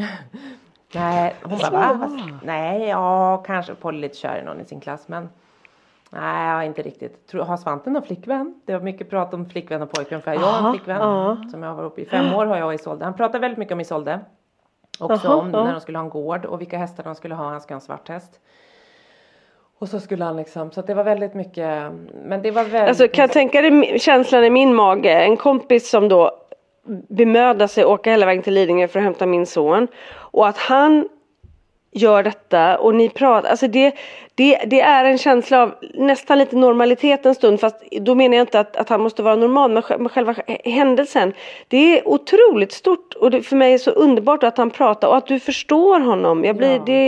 Nej, hon bara, va? Nej, kanske Polly lite kär i någon i sin klass. Men nej, inte riktigt. Har Svante någon flickvän? Det var mycket prat om flickvän och pojkvän. För jag har en flickvän som jag var uppe i 5 år har jag i Isolde. Han pratade väldigt mycket om Isolde. Också om när de skulle ha en gård och vilka hästar de skulle ha. Han ska ha en svart häst. Och så skulle han liksom, så att det var väldigt mycket, men det var väldigt... Alltså kan jag tänka dig känslan i min mage. En kompis som då bemödar sig åka hela vägen till Lidingö för att hämta min son. Och att han gör detta och ni pratar, alltså det är en känsla av nästan lite normalitet en stund, fast då menar jag inte att han måste vara normal, men själva händelsen, det är otroligt stort och det för mig är så underbart att han pratar och att du förstår honom. Jag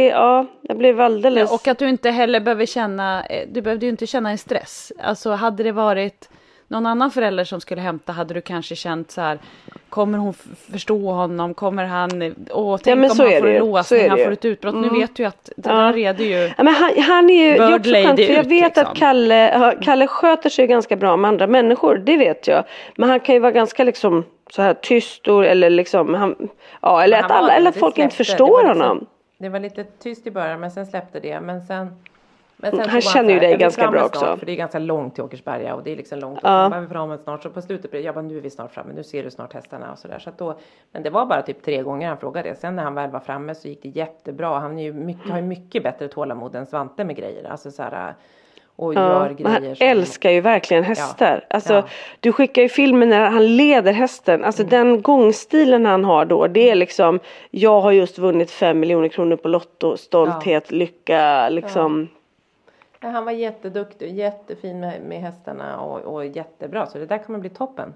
blev alldeles... och att du inte heller behövde ju inte känna en stress. Alltså hade det varit någon annan förälder som skulle hämta, hade du kanske känt så här, kommer hon förstå honom, kommer han, tänk om han får en låsning, han får ett utbrott. Nu vet du ju att det där reder ju. Ja, men han är ju, det är också skönt, för jag vet liksom. Att Kalle sköter sig ganska bra med andra människor, det vet jag. Men han kan ju vara ganska liksom så här tyst eller liksom eller att folk inte förstår honom. Det var lite tyst i början, men sen släppte det, men sen han känner ju dig ganska bra också. För det är ganska långt till Åkersberga och det är liksom långt. Och man behöver framme snart. Så på slutet, jag bara, nu är vi snart framme. Nu ser du snart hästarna och sådär. Så att då, men det var bara typ 3 gånger han frågade det. Sen när han väl var framme så gick det jättebra. Han har ju mycket bättre tålamod än Svante med grejer. Alltså såhär, och gör grejer. Han älskar ju verkligen hästar. Alltså, du skickar ju filmen när han leder hästen. Alltså den gångstilen han har då. Det är liksom, jag har just vunnit 5 miljoner kronor på Lotto. Stolthet, lycka, liksom... Ja, han var jätteduktig och jättefin med hästarna och jättebra. Så det där kommer bli toppen.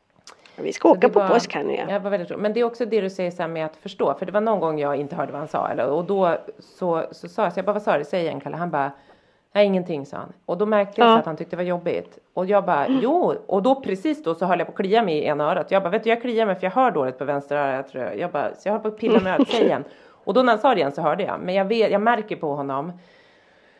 Vi ska åka på påsk nu. Ja, var väldigt roligt. Men det är också det du säger så här med att förstå. För det var någon gång jag inte hörde vad han sa. Och då så sa jag bara, vad sa du? Säg igen, Kalle. Han bara, nej ingenting, sa han. Och då märkte jag att han tyckte det var jobbigt. Och jag bara, jo. Och då precis då så höll jag på att klia mig i ena örat. Jag bara, vet du, jag kliar mig för jag hör dåligt på vänster öra. Så jag höll på att pilla med örat. Säg igen. Och då när han sa det igen så hörde jag. Men jag märker på honom.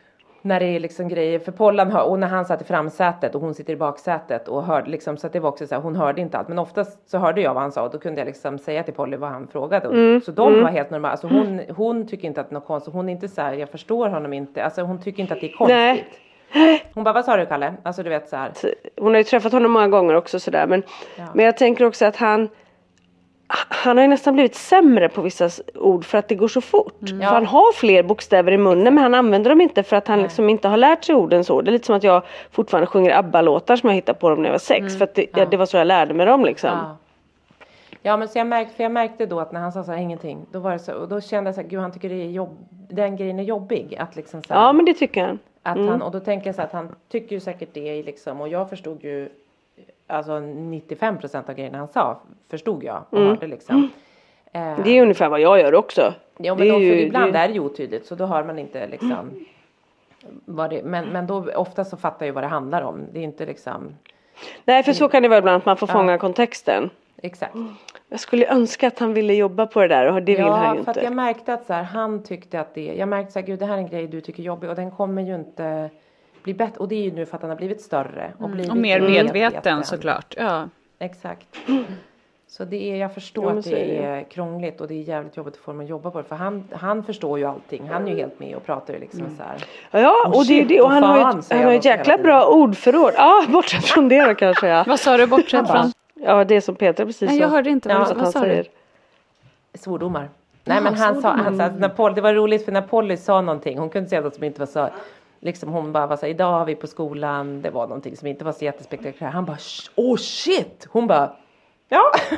när det är liksom grejer, för Pollan hör, och när han satt i framsätet och hon sitter i baksätet och hörde liksom, så att det var också så här, hon hörde inte allt, men oftast så hörde jag vad han sa och då kunde jag liksom säga till Polly vad han frågade, så de var helt normala, alltså hon tycker inte att det är något konstigt, hon är inte så här, jag förstår honom inte, alltså hon tycker inte att det är konstigt. Hon bara, vad sa du Kalle? Alltså du vet så här. Hon har ju träffat honom många gånger också sådär, men jag tänker också att han har ju nästan blivit sämre på vissa ord för att det går så fort. För han har fler bokstäver i munnen men han använder dem inte för att han liksom inte har lärt sig orden så. Det är lite som att jag fortfarande sjunger ABBA-låtar som jag hittade på dem när jag var 6. För att det var så jag lärde mig dem liksom. Ja men så jag märkte då att när han sa så här ingenting. Då var det så, och då kände jag så här, gud han tycker det är den grejen är jobbig. Att liksom så här, ja men det tycker han. Att han. Och då tänker jag så att han tycker ju säkert det liksom. Och jag förstod ju. Alltså 95% av grejerna han sa förstod jag och hörde liksom. Det är ungefär vad jag gör också. Ja, men ibland är det ju otydligt så då hör man inte liksom vad det, men då ofta så fattar jag vad det handlar om. Det är inte liksom. Nej, för så kan det vara ibland att man får fånga kontexten. Exakt. Jag skulle önska att han ville jobba på det där och det vill han ju inte. Ja, för att jag märkte att så här, han tyckte att jag märkte så här, gud det här är en grej du tycker är jobbig och den kommer ju inte bli bättre. Och det är ju nu för att han har blivit större. Och mer medveten såklart. Ja. Exakt. Så jag förstår att det är krångligt och det är jävligt jobbigt för att jobba på det. För han förstår ju allting. Han är ju helt med och pratar ju liksom så här. Ja, och det är det. Och han har ju ett jäkla bra ordförråd. Ja, bortsett från det då kanske. Ja. Vad sa du bortsett från? Ja, det som Peter precis sa. Nej, jag hörde inte vad sa du? Svordomar. Nej, men han sa det var roligt för när Polly sa någonting. Hon kunde säga något som inte var så. Liksom hon bara var så här, idag har vi på skolan. Det var någonting som inte var så jättespektakulärt. Han bara, shit. Hon bara, ja.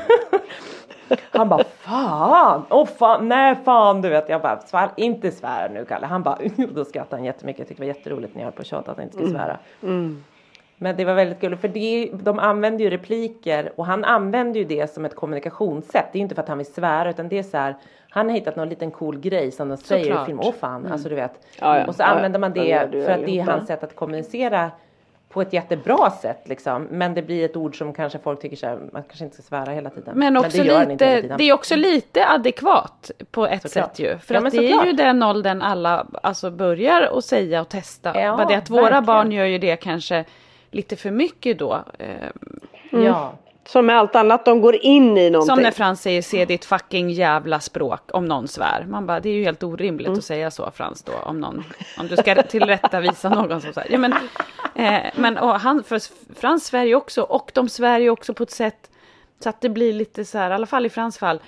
Han bara, fan. Nej, fan, du vet. Jag bara, inte svära nu, Kalle. Han bara, då skrattade han jättemycket. Jag tyckte det var jätteroligt när jag höll på att tjata att han inte skulle svära. Men det var väldigt kul. För de använder ju repliker. Och han använder ju det som ett kommunikationssätt. Det är inte för att han vill svära. Utan det är så här. Han har hittat någon liten cool grej som de säger i film. Fan, alltså du vet. Och så använder man det för att det är hans sätt att kommunicera på ett jättebra sätt liksom. Men det blir ett ord som kanske folk tycker så här, man kanske inte ska svära hela tiden. Men också det är också lite adekvat på ett sätt ju. För att det är ju den åldern alla alltså börjar att säga och testa. Ja, bara det att våra barn gör ju det kanske lite för mycket då. Ja. Som med allt annat, de går in i någonting. Som när Frans säger, se ditt fucking jävla språk, om någon svär. Man bara, det är ju helt orimligt att säga så, Frans då, om du ska tillrättavisa någon som säger. Ja, men och Frans svär ju också, och de svär ju också på ett sätt så att det blir lite så här, i alla fall i Frans fall,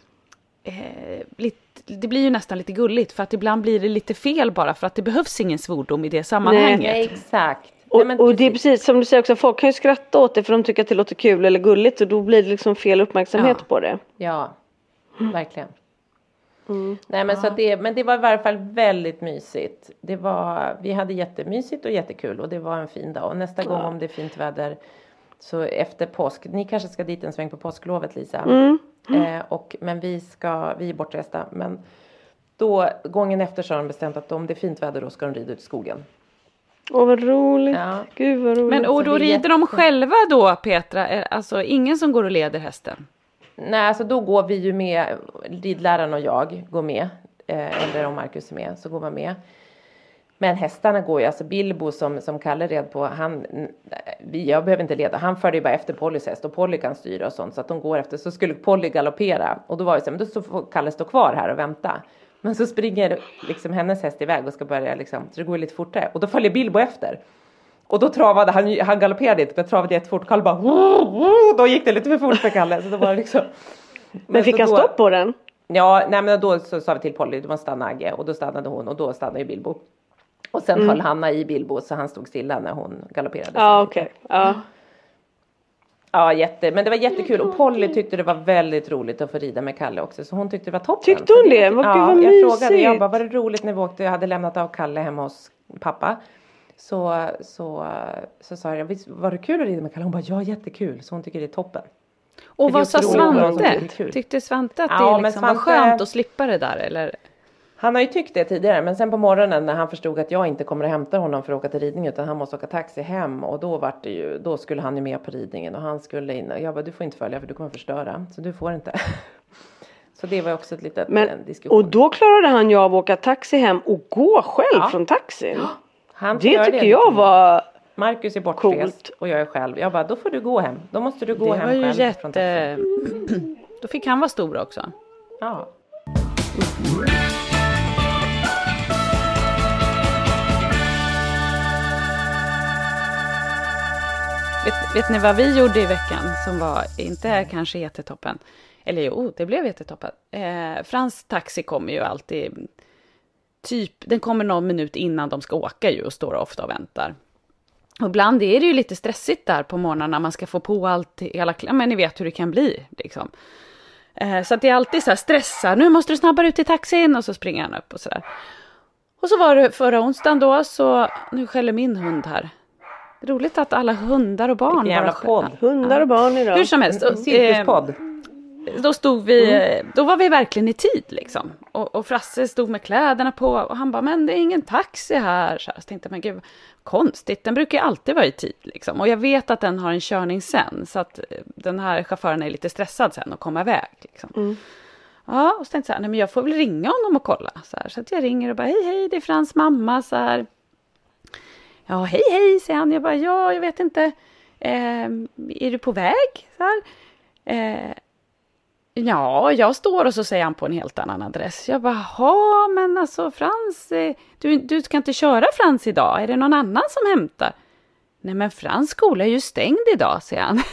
det blir ju nästan lite gulligt, för att ibland blir det lite fel bara, för att det behövs ingen svordom i det sammanhanget. Nej, exakt. Och det är precis som du säger också, folk kan ju skratta åt det för de tycker att det låter kul eller gulligt och då blir det liksom fel uppmärksamhet på det. Ja, verkligen. Nej men så att men det var i varje fall väldigt mysigt. Vi hade jättemysigt och jättekul och det var en fin dag. Och nästa gång om det är fint väder så efter påsk, ni kanske ska dit en sväng på påsklovet, Lisa. Men vi är bortresta, men då gången efter så har de bestämt att om det är fint väder då ska de rida ut i skogen. Åh, vad roligt. Ja. Gud, vad roligt. Men och då rider de själva då, Petra? Alltså ingen som går och leder hästen? Nej, alltså då går vi ju med. Ridläraren och jag går med. Eller om Marcus är med så går man med. Men hästarna går ju. Alltså Bilbo som Kalle red på. Jag behöver inte leda. Han förde ju bara efter Pollys häst. Och Polly kan styra och sånt. Så att de går efter. Så skulle Polly galoppera. Och då var det så här, men då får Kalle stå kvar här och vänta. Men så springer liksom hennes häst iväg och ska börja liksom, så det går lite fortare. Och då följer Bilbo efter. Och då travade han galopperade inte, men travade jättefort. Kalle bara, då gick det lite för fort för Kalle. Så då var det liksom. Men fick han stopp på den? Ja, nej men då så sa vi till Polly, du måste stanna Agge. Och då stannade hon och då stannade ju Bilbo. Och sen höll Hanna i Bilbo så han stod stilla när hon galopperade. Ja, okej. Ja. Ja, men det var jättekul. Och Polly tyckte det var väldigt roligt att få rida med Kalle också. Så hon tyckte det var toppen. Tyckte hon det? Vad mysigt. Jag frågade, jag bara, var det roligt när vi åkte? Jag hade lämnat av Kalle hemma hos pappa. Så sa jag, var det kul att rida med Kalle? Hon bara, ja, jättekul. Så hon tycker det är toppen. Och vad sa Svante? Tyckte Svante att det liksom var skönt att slippa det där? Eller? Han har ju tyckt det tidigare, men sen på morgonen när han förstod att jag inte kommer att hämta honom för att åka till ridning utan han måste åka taxi hem och då skulle han ju med på ridningen och han skulle in och jag bara, du får inte följa för du kommer att förstöra, så du får inte. Så det var också ett litet diskussion. Och då klarade han ju av att åka taxi hem och gå själv från taxin. Det tycker jag var Marcus är bortrest och jag är själv. Jag bara, då får du gå hem. Då måste du gå hem själv. Det var ju Då fick han vara stor också. Ja. Vet ni vad vi gjorde i veckan som var inte kanske jättetoppen? Eller jo, det blev jättetoppen. Frans taxi kommer ju alltid den kommer någon minut innan de ska åka ju och står ofta och väntar. Och ibland är det ju lite stressigt där på morgonen när man ska få på allt i alla men ni vet hur det kan bli liksom. Så att det är alltid så här stressar. Nu måste du snabbare ut i taxin och så springer han upp och sådär. Och så var det förra onsdagen då så nu skäller min hund här. Det är roligt att alla hundar och barn bara podd. Hundar och barn idag. Hur som helst. Cirkuspodd. Då stod då var vi verkligen i tid liksom. Och Frasse stod med kläderna på och han bara, men det är ingen taxi här. Så tänkte jag, men gud, konstigt. Den brukar ju alltid vara i tid liksom. Och jag vet att den har en körning sen. Så att den här chauffören är lite stressad sen och kommer iväg liksom. Ja, och så tänkte jag så här, nej men jag får väl ringa honom och kolla. Så att jag ringer och bara, hej, det är Frans mamma så här. Ja, hej, säger han. Jag bara, ja, jag vet inte. Är du på väg? Så här. Ja, jag står och så säger han på en helt annan adress. Jag bara, ja, men alltså Frans, du ska inte köra Frans idag. Är det någon annan som hämtar? Nej, men Frans skola är ju stängd idag, säger han.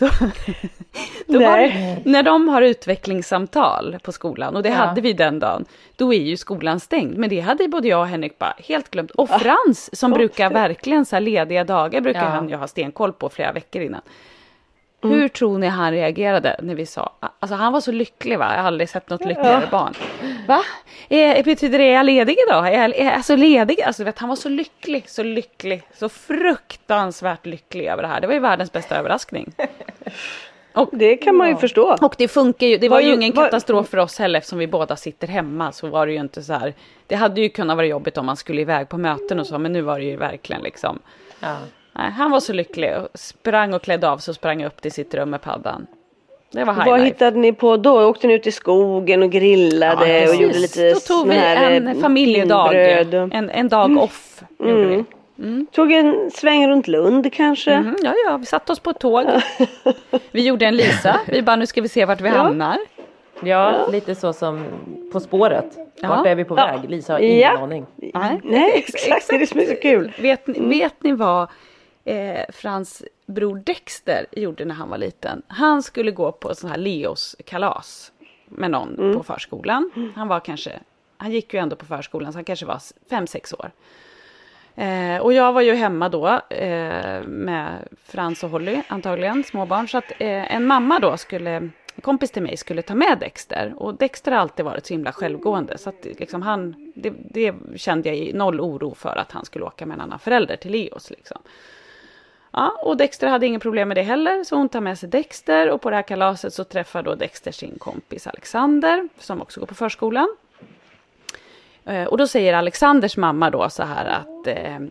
När de har utvecklingssamtal på skolan, och det hade vi den dagen, då är ju skolan stängd. Men det hade både jag och Henrik bara helt glömt. Och Frans, som brukar verkligen så här lediga dagar, brukar han ju ha stenkoll på flera veckor innan. Hur tror ni han reagerade när vi sa, alltså han var så lycklig va, jag har aldrig sett något lyckligare barn. Va? Betyder det är jag ledig idag? Är jag så ledig? Alltså vet, han var så lycklig, så fruktansvärt lycklig över det här. Det var ju världens bästa överraskning. Och det kan man ju förstå. Och det funkar ju, det var ju ingen katastrof för oss heller eftersom vi båda sitter hemma, så var det ju inte så här. Det hade ju kunnat vara jobbigt om man skulle iväg på möten och så, men nu var det ju verkligen liksom. Ja. Nej, han var så lycklig och sprang och klädde av så sprang upp till sitt rum med paddan. Det var highlight. Vad hittade ni på då? Åkte ni ut i skogen och grillade och gjorde lite. Då tog vi en familjedag, en dag off gjorde vi. Tog en sväng runt Lund kanske? Ja, vi satt oss på ett tåg. Vi gjorde en Lisa. Vi bara, nu ska vi se vart vi hamnar. Ja, lite så som På spåret. Vart är vi på väg? Lisa har ingen aning. Nej, exakt. Det är det som är så kul. Vet ni vad Frans bror Dexter gjorde när han var liten? Han skulle gå på sån här Leos kalas med någon på förskolan. Han gick ju ändå på förskolan, så han kanske var 5-6 år. Och jag var ju hemma då med Frans och Holly, antagligen småbarn. Så att en mamma då en kompis till mig skulle ta med Dexter. Och Dexter har alltid varit så himla självgående. Så att liksom det kände jag noll oro för att han skulle åka med en annan förälder till Leos liksom. Ja, och Dexter hade ingen problem med det heller, så hon tar med sig Dexter, och på det här kalaset så träffar då Dexter sin kompis Alexander som också går på förskolan. Och då säger Alexanders mamma då så här att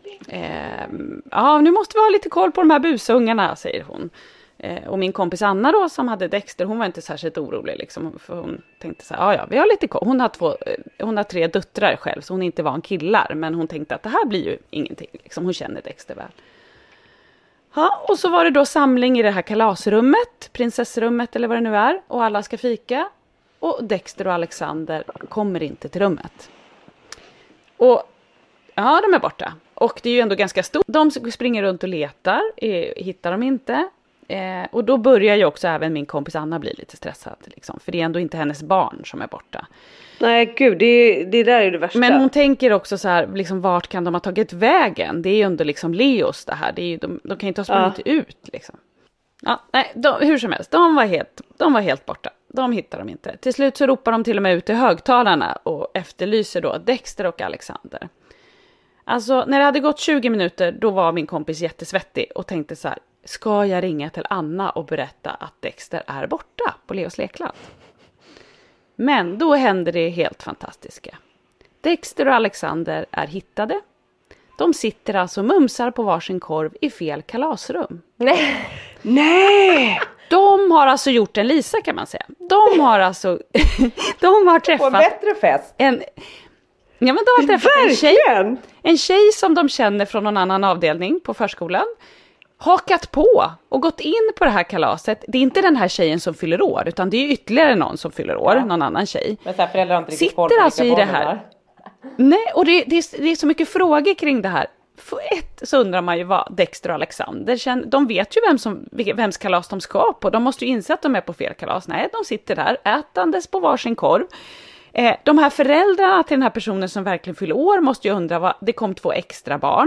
nu måste vi ha lite koll på de här busungarna, säger hon. Och min kompis Anna då som hade Dexter, hon var inte särskilt orolig liksom, för hon tänkte så här, vi har lite koll. Hon har 3 döttrar själv, så hon är inte van killar, men hon tänkte att det här blir ju ingenting liksom, hon känner Dexter väl. Ja, och så var det då samling i det här kalasrummet, prinsessrummet eller vad det nu är, och alla ska fika, och Dexter och Alexander kommer inte till rummet. Och de är borta. Och det är ju ändå ganska stort. De springer runt och letar, hittar de inte. Och då börjar ju också även min kompis Anna bli lite stressad. Liksom, för det är ändå inte hennes barn som är borta. Nej, gud, det där är det värsta. Men hon tänker också så här, liksom, vart kan de ha tagit vägen? Det är ju ändå liksom Leos det här. Det är ju, de kan ju inte ha sprungit ut liksom. Ja, nej, hur som helst, de var helt borta. De hittar de inte. Till slut så ropar de till och med ut i högtalarna och efterlyser då Dexter och Alexander. Alltså, när det hade gått 20 minuter, då var min kompis jättesvettig och tänkte så här, ska jag ringa till Anna och berätta att Dexter är borta på Leos lekland? Men då händer det helt fantastiska. Dexter och Alexander är hittade. De sitter alltså och mumsar på varsin korv i fel kalasrum. Nej! De har alltså gjort en Lisa, kan man säga. De har träffat... På en bättre fest. Ja, men de har träffat en tjej som de känner från någon annan avdelning på förskolan. Hakat på och gått in på det här kalaset. Det är inte den här tjejen som fyller år, utan det är ytterligare någon som fyller år, någon annan tjej. Men så här, föräldrar har inte riktigt sitter alltså i det här. Nej, och det är så mycket frågor kring det här. För ett så undrar man ju vad Dexter och Alexander känner. De vet ju vems kalas de ska på. De måste ju inse att de är på fel kalas. Nej, de sitter där ätandes på varsin korv. De här föräldrarna till den här personen som verkligen fyller år måste ju undra vad det kom 2 extra barn.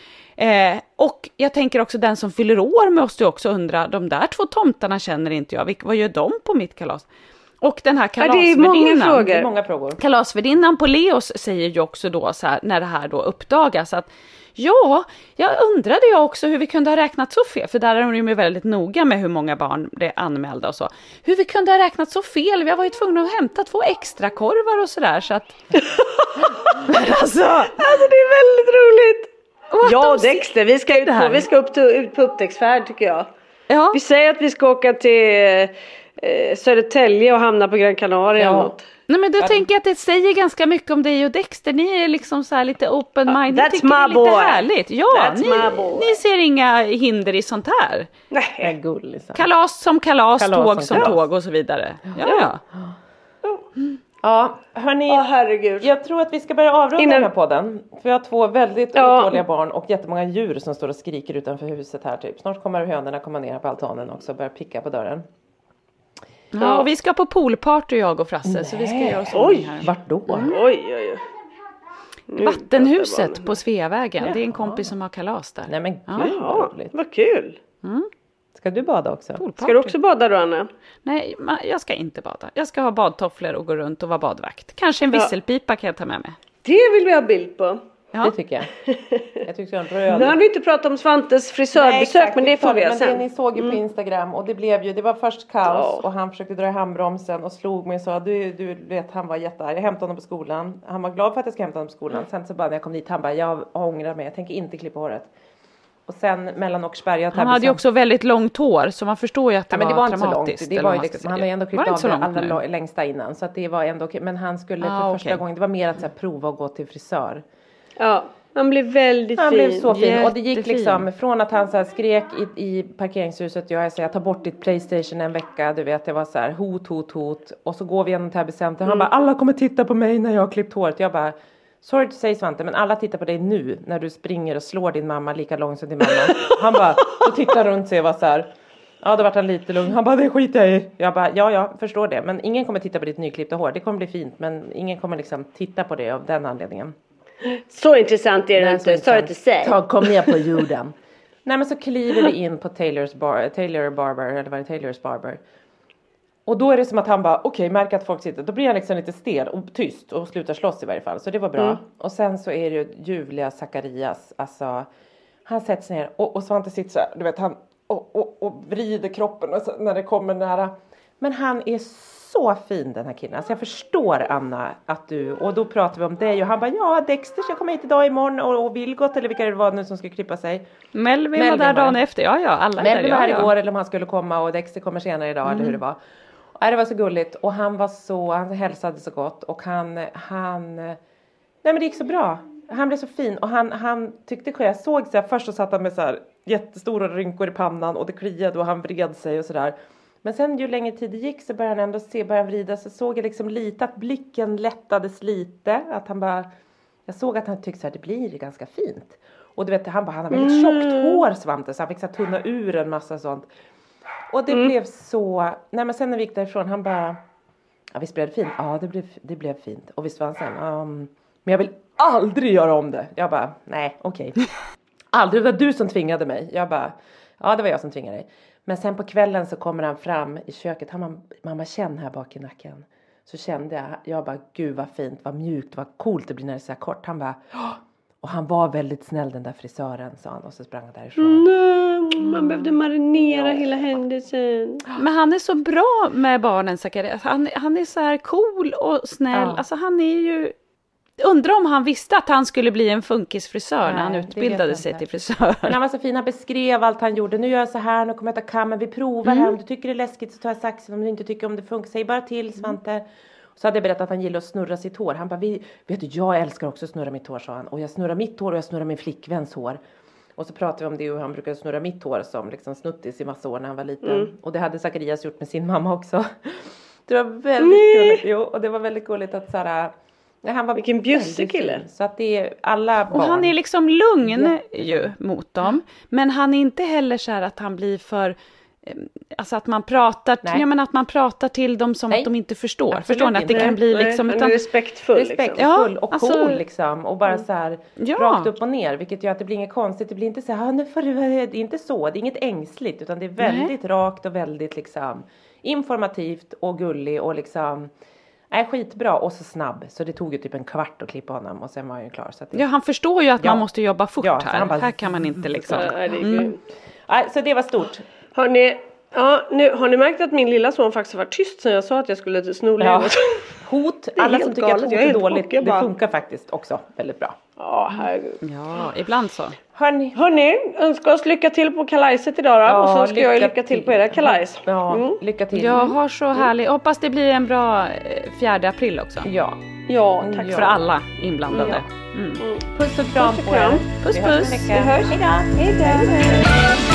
Och jag tänker också den som fyller år måste ju också undra, de där 2 tomtarna känner inte jag. Vad gör de på mitt kalas? Och den här kalasvärdinnan, det är många frågor. Kalasvärdinnan på Leos säger ju också då så här, när det här då uppdagas att ja, jag undrade ju också hur vi kunde ha räknat så fel. För där är de ju väldigt noga med hur många barn det är anmälda och så. Hur vi kunde ha räknat så fel. Vi har varit tvungna att hämta 2 extra korvar och sådär. Så att... alltså, det är väldigt roligt. Ja, Dexter, vi ska ut på upptäcktsfärd tycker jag. Ja. Vi säger att vi ska åka till Södertälje och hamna på Gran Canaria. Ja. Nej, men då tänker jag att det säger ganska mycket om dig och Dexter. Ni är liksom så här lite open-minded. That's my boy. Det är lite härligt. Ja, ni ser inga hinder i sånt här. Nej, gulligt. Kalas som kalas, tåg som tåg och så vidare. Ja. Ja, hörni, herregud. Jag tror att vi ska börja avrunda den här podden. För jag har 2 väldigt otåliga barn och jättemånga djur som står och skriker utanför huset här typ. Snart kommer hönorna komma ner på altanen också och börja picka på dörren. Ja, och vi ska på poolparty jag och Frasse. Så vi ska göra oss här. Vart då? Oj. Vattenhuset på Sveavägen. Det är en kompis som har kalas där. Nej men gud, vad roligt. Vad kul. Ska du bada också? Poolparty. Ska du också bada då, Anna? Nej, jag ska inte bada. Jag ska ha badtofflor och gå runt och vara badvakt. Kanske en visselpipa kan jag ta med mig. Det vill vi ha bild på. Ja. Det tycker jag. Jag tycker en röd. Nu har du inte pratat om Svantes frisörbesök, men det får vi sen. Men det ni såg ju på Instagram och det var först kaos och han försökte dra i handbromsen och slog mig och sa du vet, han var jättearg. Jag hämtade honom på skolan. Han var glad för att jag ska hämta honom på skolan. Sen så bara när jag kom dit, han bara, jag ångrar mig, jag tänker inte klippa håret. Och sen mellan Åkersberga och han hade ju också väldigt långt hår, så man förstår ju att det var traumatiskt. Men det var inte så långt. Det var ju liksom, han hade ändå klippt av det allra längsta innan. Så att det var ändå okej. Men han skulle för första gången, det var mer att så här, prova att gå till frisör. Ja, han blev väldigt fin. Han blev så fin. Och det gick liksom från att han så här skrek i parkeringshuset. Jag tar bort ditt PlayStation en vecka. Du vet, det var så här hot. Och så går vi igenom Täby Center. Han bara, alla kommer titta på mig när jag har klippt håret. Jag bara, sorry to say Svante, men alla tittar på dig nu när du springer och slår din mamma lika långt som din mamma. Han bara, och tittar runt sig och var så här, ja då vart han lite lugn. Han bara, det skiter jag i. Jag bara, ja, förstår det. Men ingen kommer titta på ditt nyklippta hår. Det kommer bli fint, men ingen kommer liksom titta på det av den anledningen. Så intressant är det inte, sorry to say. Kom ner på jorden. Nej, men så kliver vi in på Taylors Barber. Och då är det som att han bara, okej, märker att folk sitter. Då blir han liksom lite stel och tyst och slutar slåss i varje fall. Så det var bra. Och sen så är det ju Julia Zacharias. Alltså, han sätts ner och Svante sitter så här. Du vet, han och vrider kroppen och så, när det kommer nära. Men han är så fin, den här killen. Alltså jag förstår, Anna, att du... Och då pratar vi om dig och han bara, ja, Dexter ska komma hit idag imorgon och Vilgot, eller vilka det var nu som ska klippa sig. Melvin var där dagen efter, ja, alla Melvin var här igår, eller om han skulle komma och Dexter kommer senare idag, eller hur det var. Det var så gulligt och han hälsade så gott och han nej men det gick så bra. Han blev så fin och han tyckte själv, jag såg så här, först så satt han med så här jättestora rynkor i pannan och det kliade och han vred sig och sådär. Men sen ju längre tid det gick så började han ändå började vrida, så såg jag liksom lite att blicken lättades lite, att han bara, jag såg att han tyckte så här, det blir ganska fint. Och du vet, han har väldigt tjockt hår, Svante, så han fick så här tunna ur en massa sånt. Och det blev så... Nej, men sen när vi gick därifrån, han bara... Ja, visst blev det fint? Ja, det blev fint. Och visst var han sen... men jag vill aldrig göra om det. Jag bara, nej, okej. Aldrig, det var du som tvingade mig. Jag bara, ja, det var jag som tvingade dig. Men sen på kvällen så kommer han fram i köket. Mamma, känn här bak i nacken. Så kände jag bara, gud vad fint, vad mjukt, vad coolt det blir när det är så här kort. Han bara... Och han var väldigt snäll, den där frisören, sa han. Och så sprang han därifrån. Nej, man behövde marinera hela händelsen. Men han är så bra med barnen, Zacharias. Han är så här cool och snäll. Ja. Alltså han är ju... Undrar om han visste att han skulle bli en funkisfrisör när han utbildade sig till frisör. Men han var så fin, han beskrev allt han gjorde. Nu gör jag så här, nu kommer jag ta kammen. Vi provar här, om du tycker det är läskigt så tar jag saxen. Om du inte tycker om det funkar, säg bara till, Svante. Så hade jag berättat att han gillar att snurra sitt hår. Han bara, vet du, jag älskar också att snurra mitt hår, sa han. Och jag snurrar mitt hår och jag snurrar min flickväns hår. Och så pratade vi om det och han brukade snurra mitt hår som liksom snuttis i massa år när han var liten. Och det hade Zacharias gjort med sin mamma också. Det var väldigt gulligt. Jo, och det var väldigt gulligt att såhär... Han var vilken bjussig kille. Så att det är alla barn. Och han är liksom lugn ju mot dem. Men han är inte heller så här att han blir för... Alltså att man pratar, att man pratar till dem som att de inte förstår. Absolut. Förstår ni att det kan bli liksom... Han är respektfull och cool liksom. Och bara så här rakt upp och ner. Vilket gör att det blir inget konstigt. Det blir inte så här, det är inte så. Det är inget ängsligt. Utan det är väldigt rakt och väldigt liksom informativt och gullig och liksom... skitbra och så snabb. Så det tog ju typ en kvart att klippa honom. Och sen var han ju klar. Så att det... Ja, han förstår ju att man måste jobba fort här. Bara... Här kan man inte liksom... Så det var stort. Har ni märkt att min lilla son faktiskt var tyst sen jag sa att jag skulle sno Hot, alla som tycker att hot är dåligt, det funkar faktiskt också väldigt bra. Ja, herregud. Ja, ibland så. Hörni, önskar oss lycka till på kalajset idag då. Ja, och så ska jag lycka till på era kalajs. Ja, lycka till. Jag har så härligt. Hoppas det blir en bra 4 april också. Ja, tack för alla inblandade. Puss och kram på er. Puss. Vi hörs. Hej då.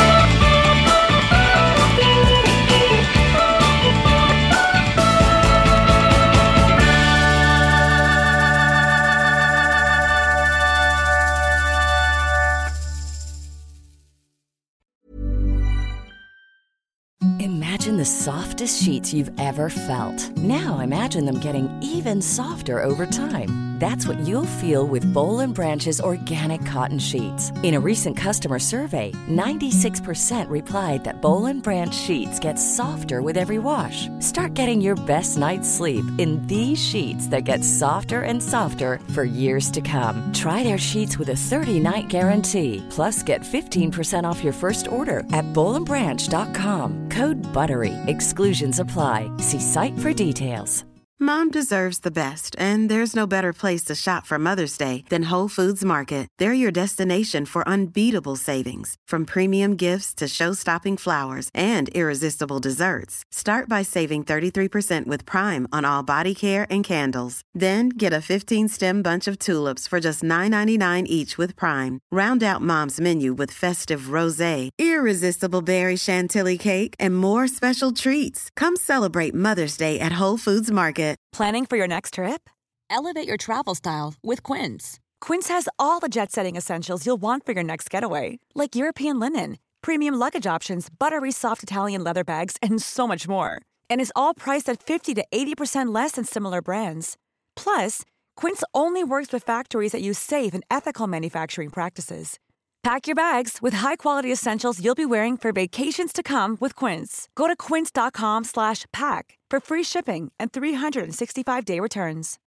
Imagine the softest sheets you've ever felt. Now imagine them getting even softer over time. That's what you'll feel with Boll & Branch's organic cotton sheets. In a recent customer survey, 96% replied that Boll & Branch sheets get softer with every wash. Start getting your best night's sleep in these sheets that get softer and softer for years to come. Try their sheets with a 30-night guarantee. Plus, get 15% off your first order at BollandBranch.com. Code BUTTERY. Exclusions apply. See site for details. Mom deserves the best, and there's no better place to shop for Mother's Day than Whole Foods Market. They're your destination for unbeatable savings, from premium gifts to show-stopping flowers and irresistible desserts. Start by saving 33% with Prime on all body care and candles. Then get a 15-stem bunch of tulips for just $9.99 each with Prime. Round out Mom's menu with festive rosé, irresistible berry chantilly cake, and more special treats. Come celebrate Mother's Day at Whole Foods Market. Planning for your next trip? Elevate your travel style with Quince. Quince has all the jet-setting essentials you'll want for your next getaway, like European linen, premium luggage options, buttery soft Italian leather bags, and so much more. And is all priced at 50 to 80% less than similar brands. Plus, Quince only works with factories that use safe and ethical manufacturing practices. Pack your bags with high-quality essentials you'll be wearing for vacations to come with Quince. Go to quince.com/pack for free shipping and 365-day returns.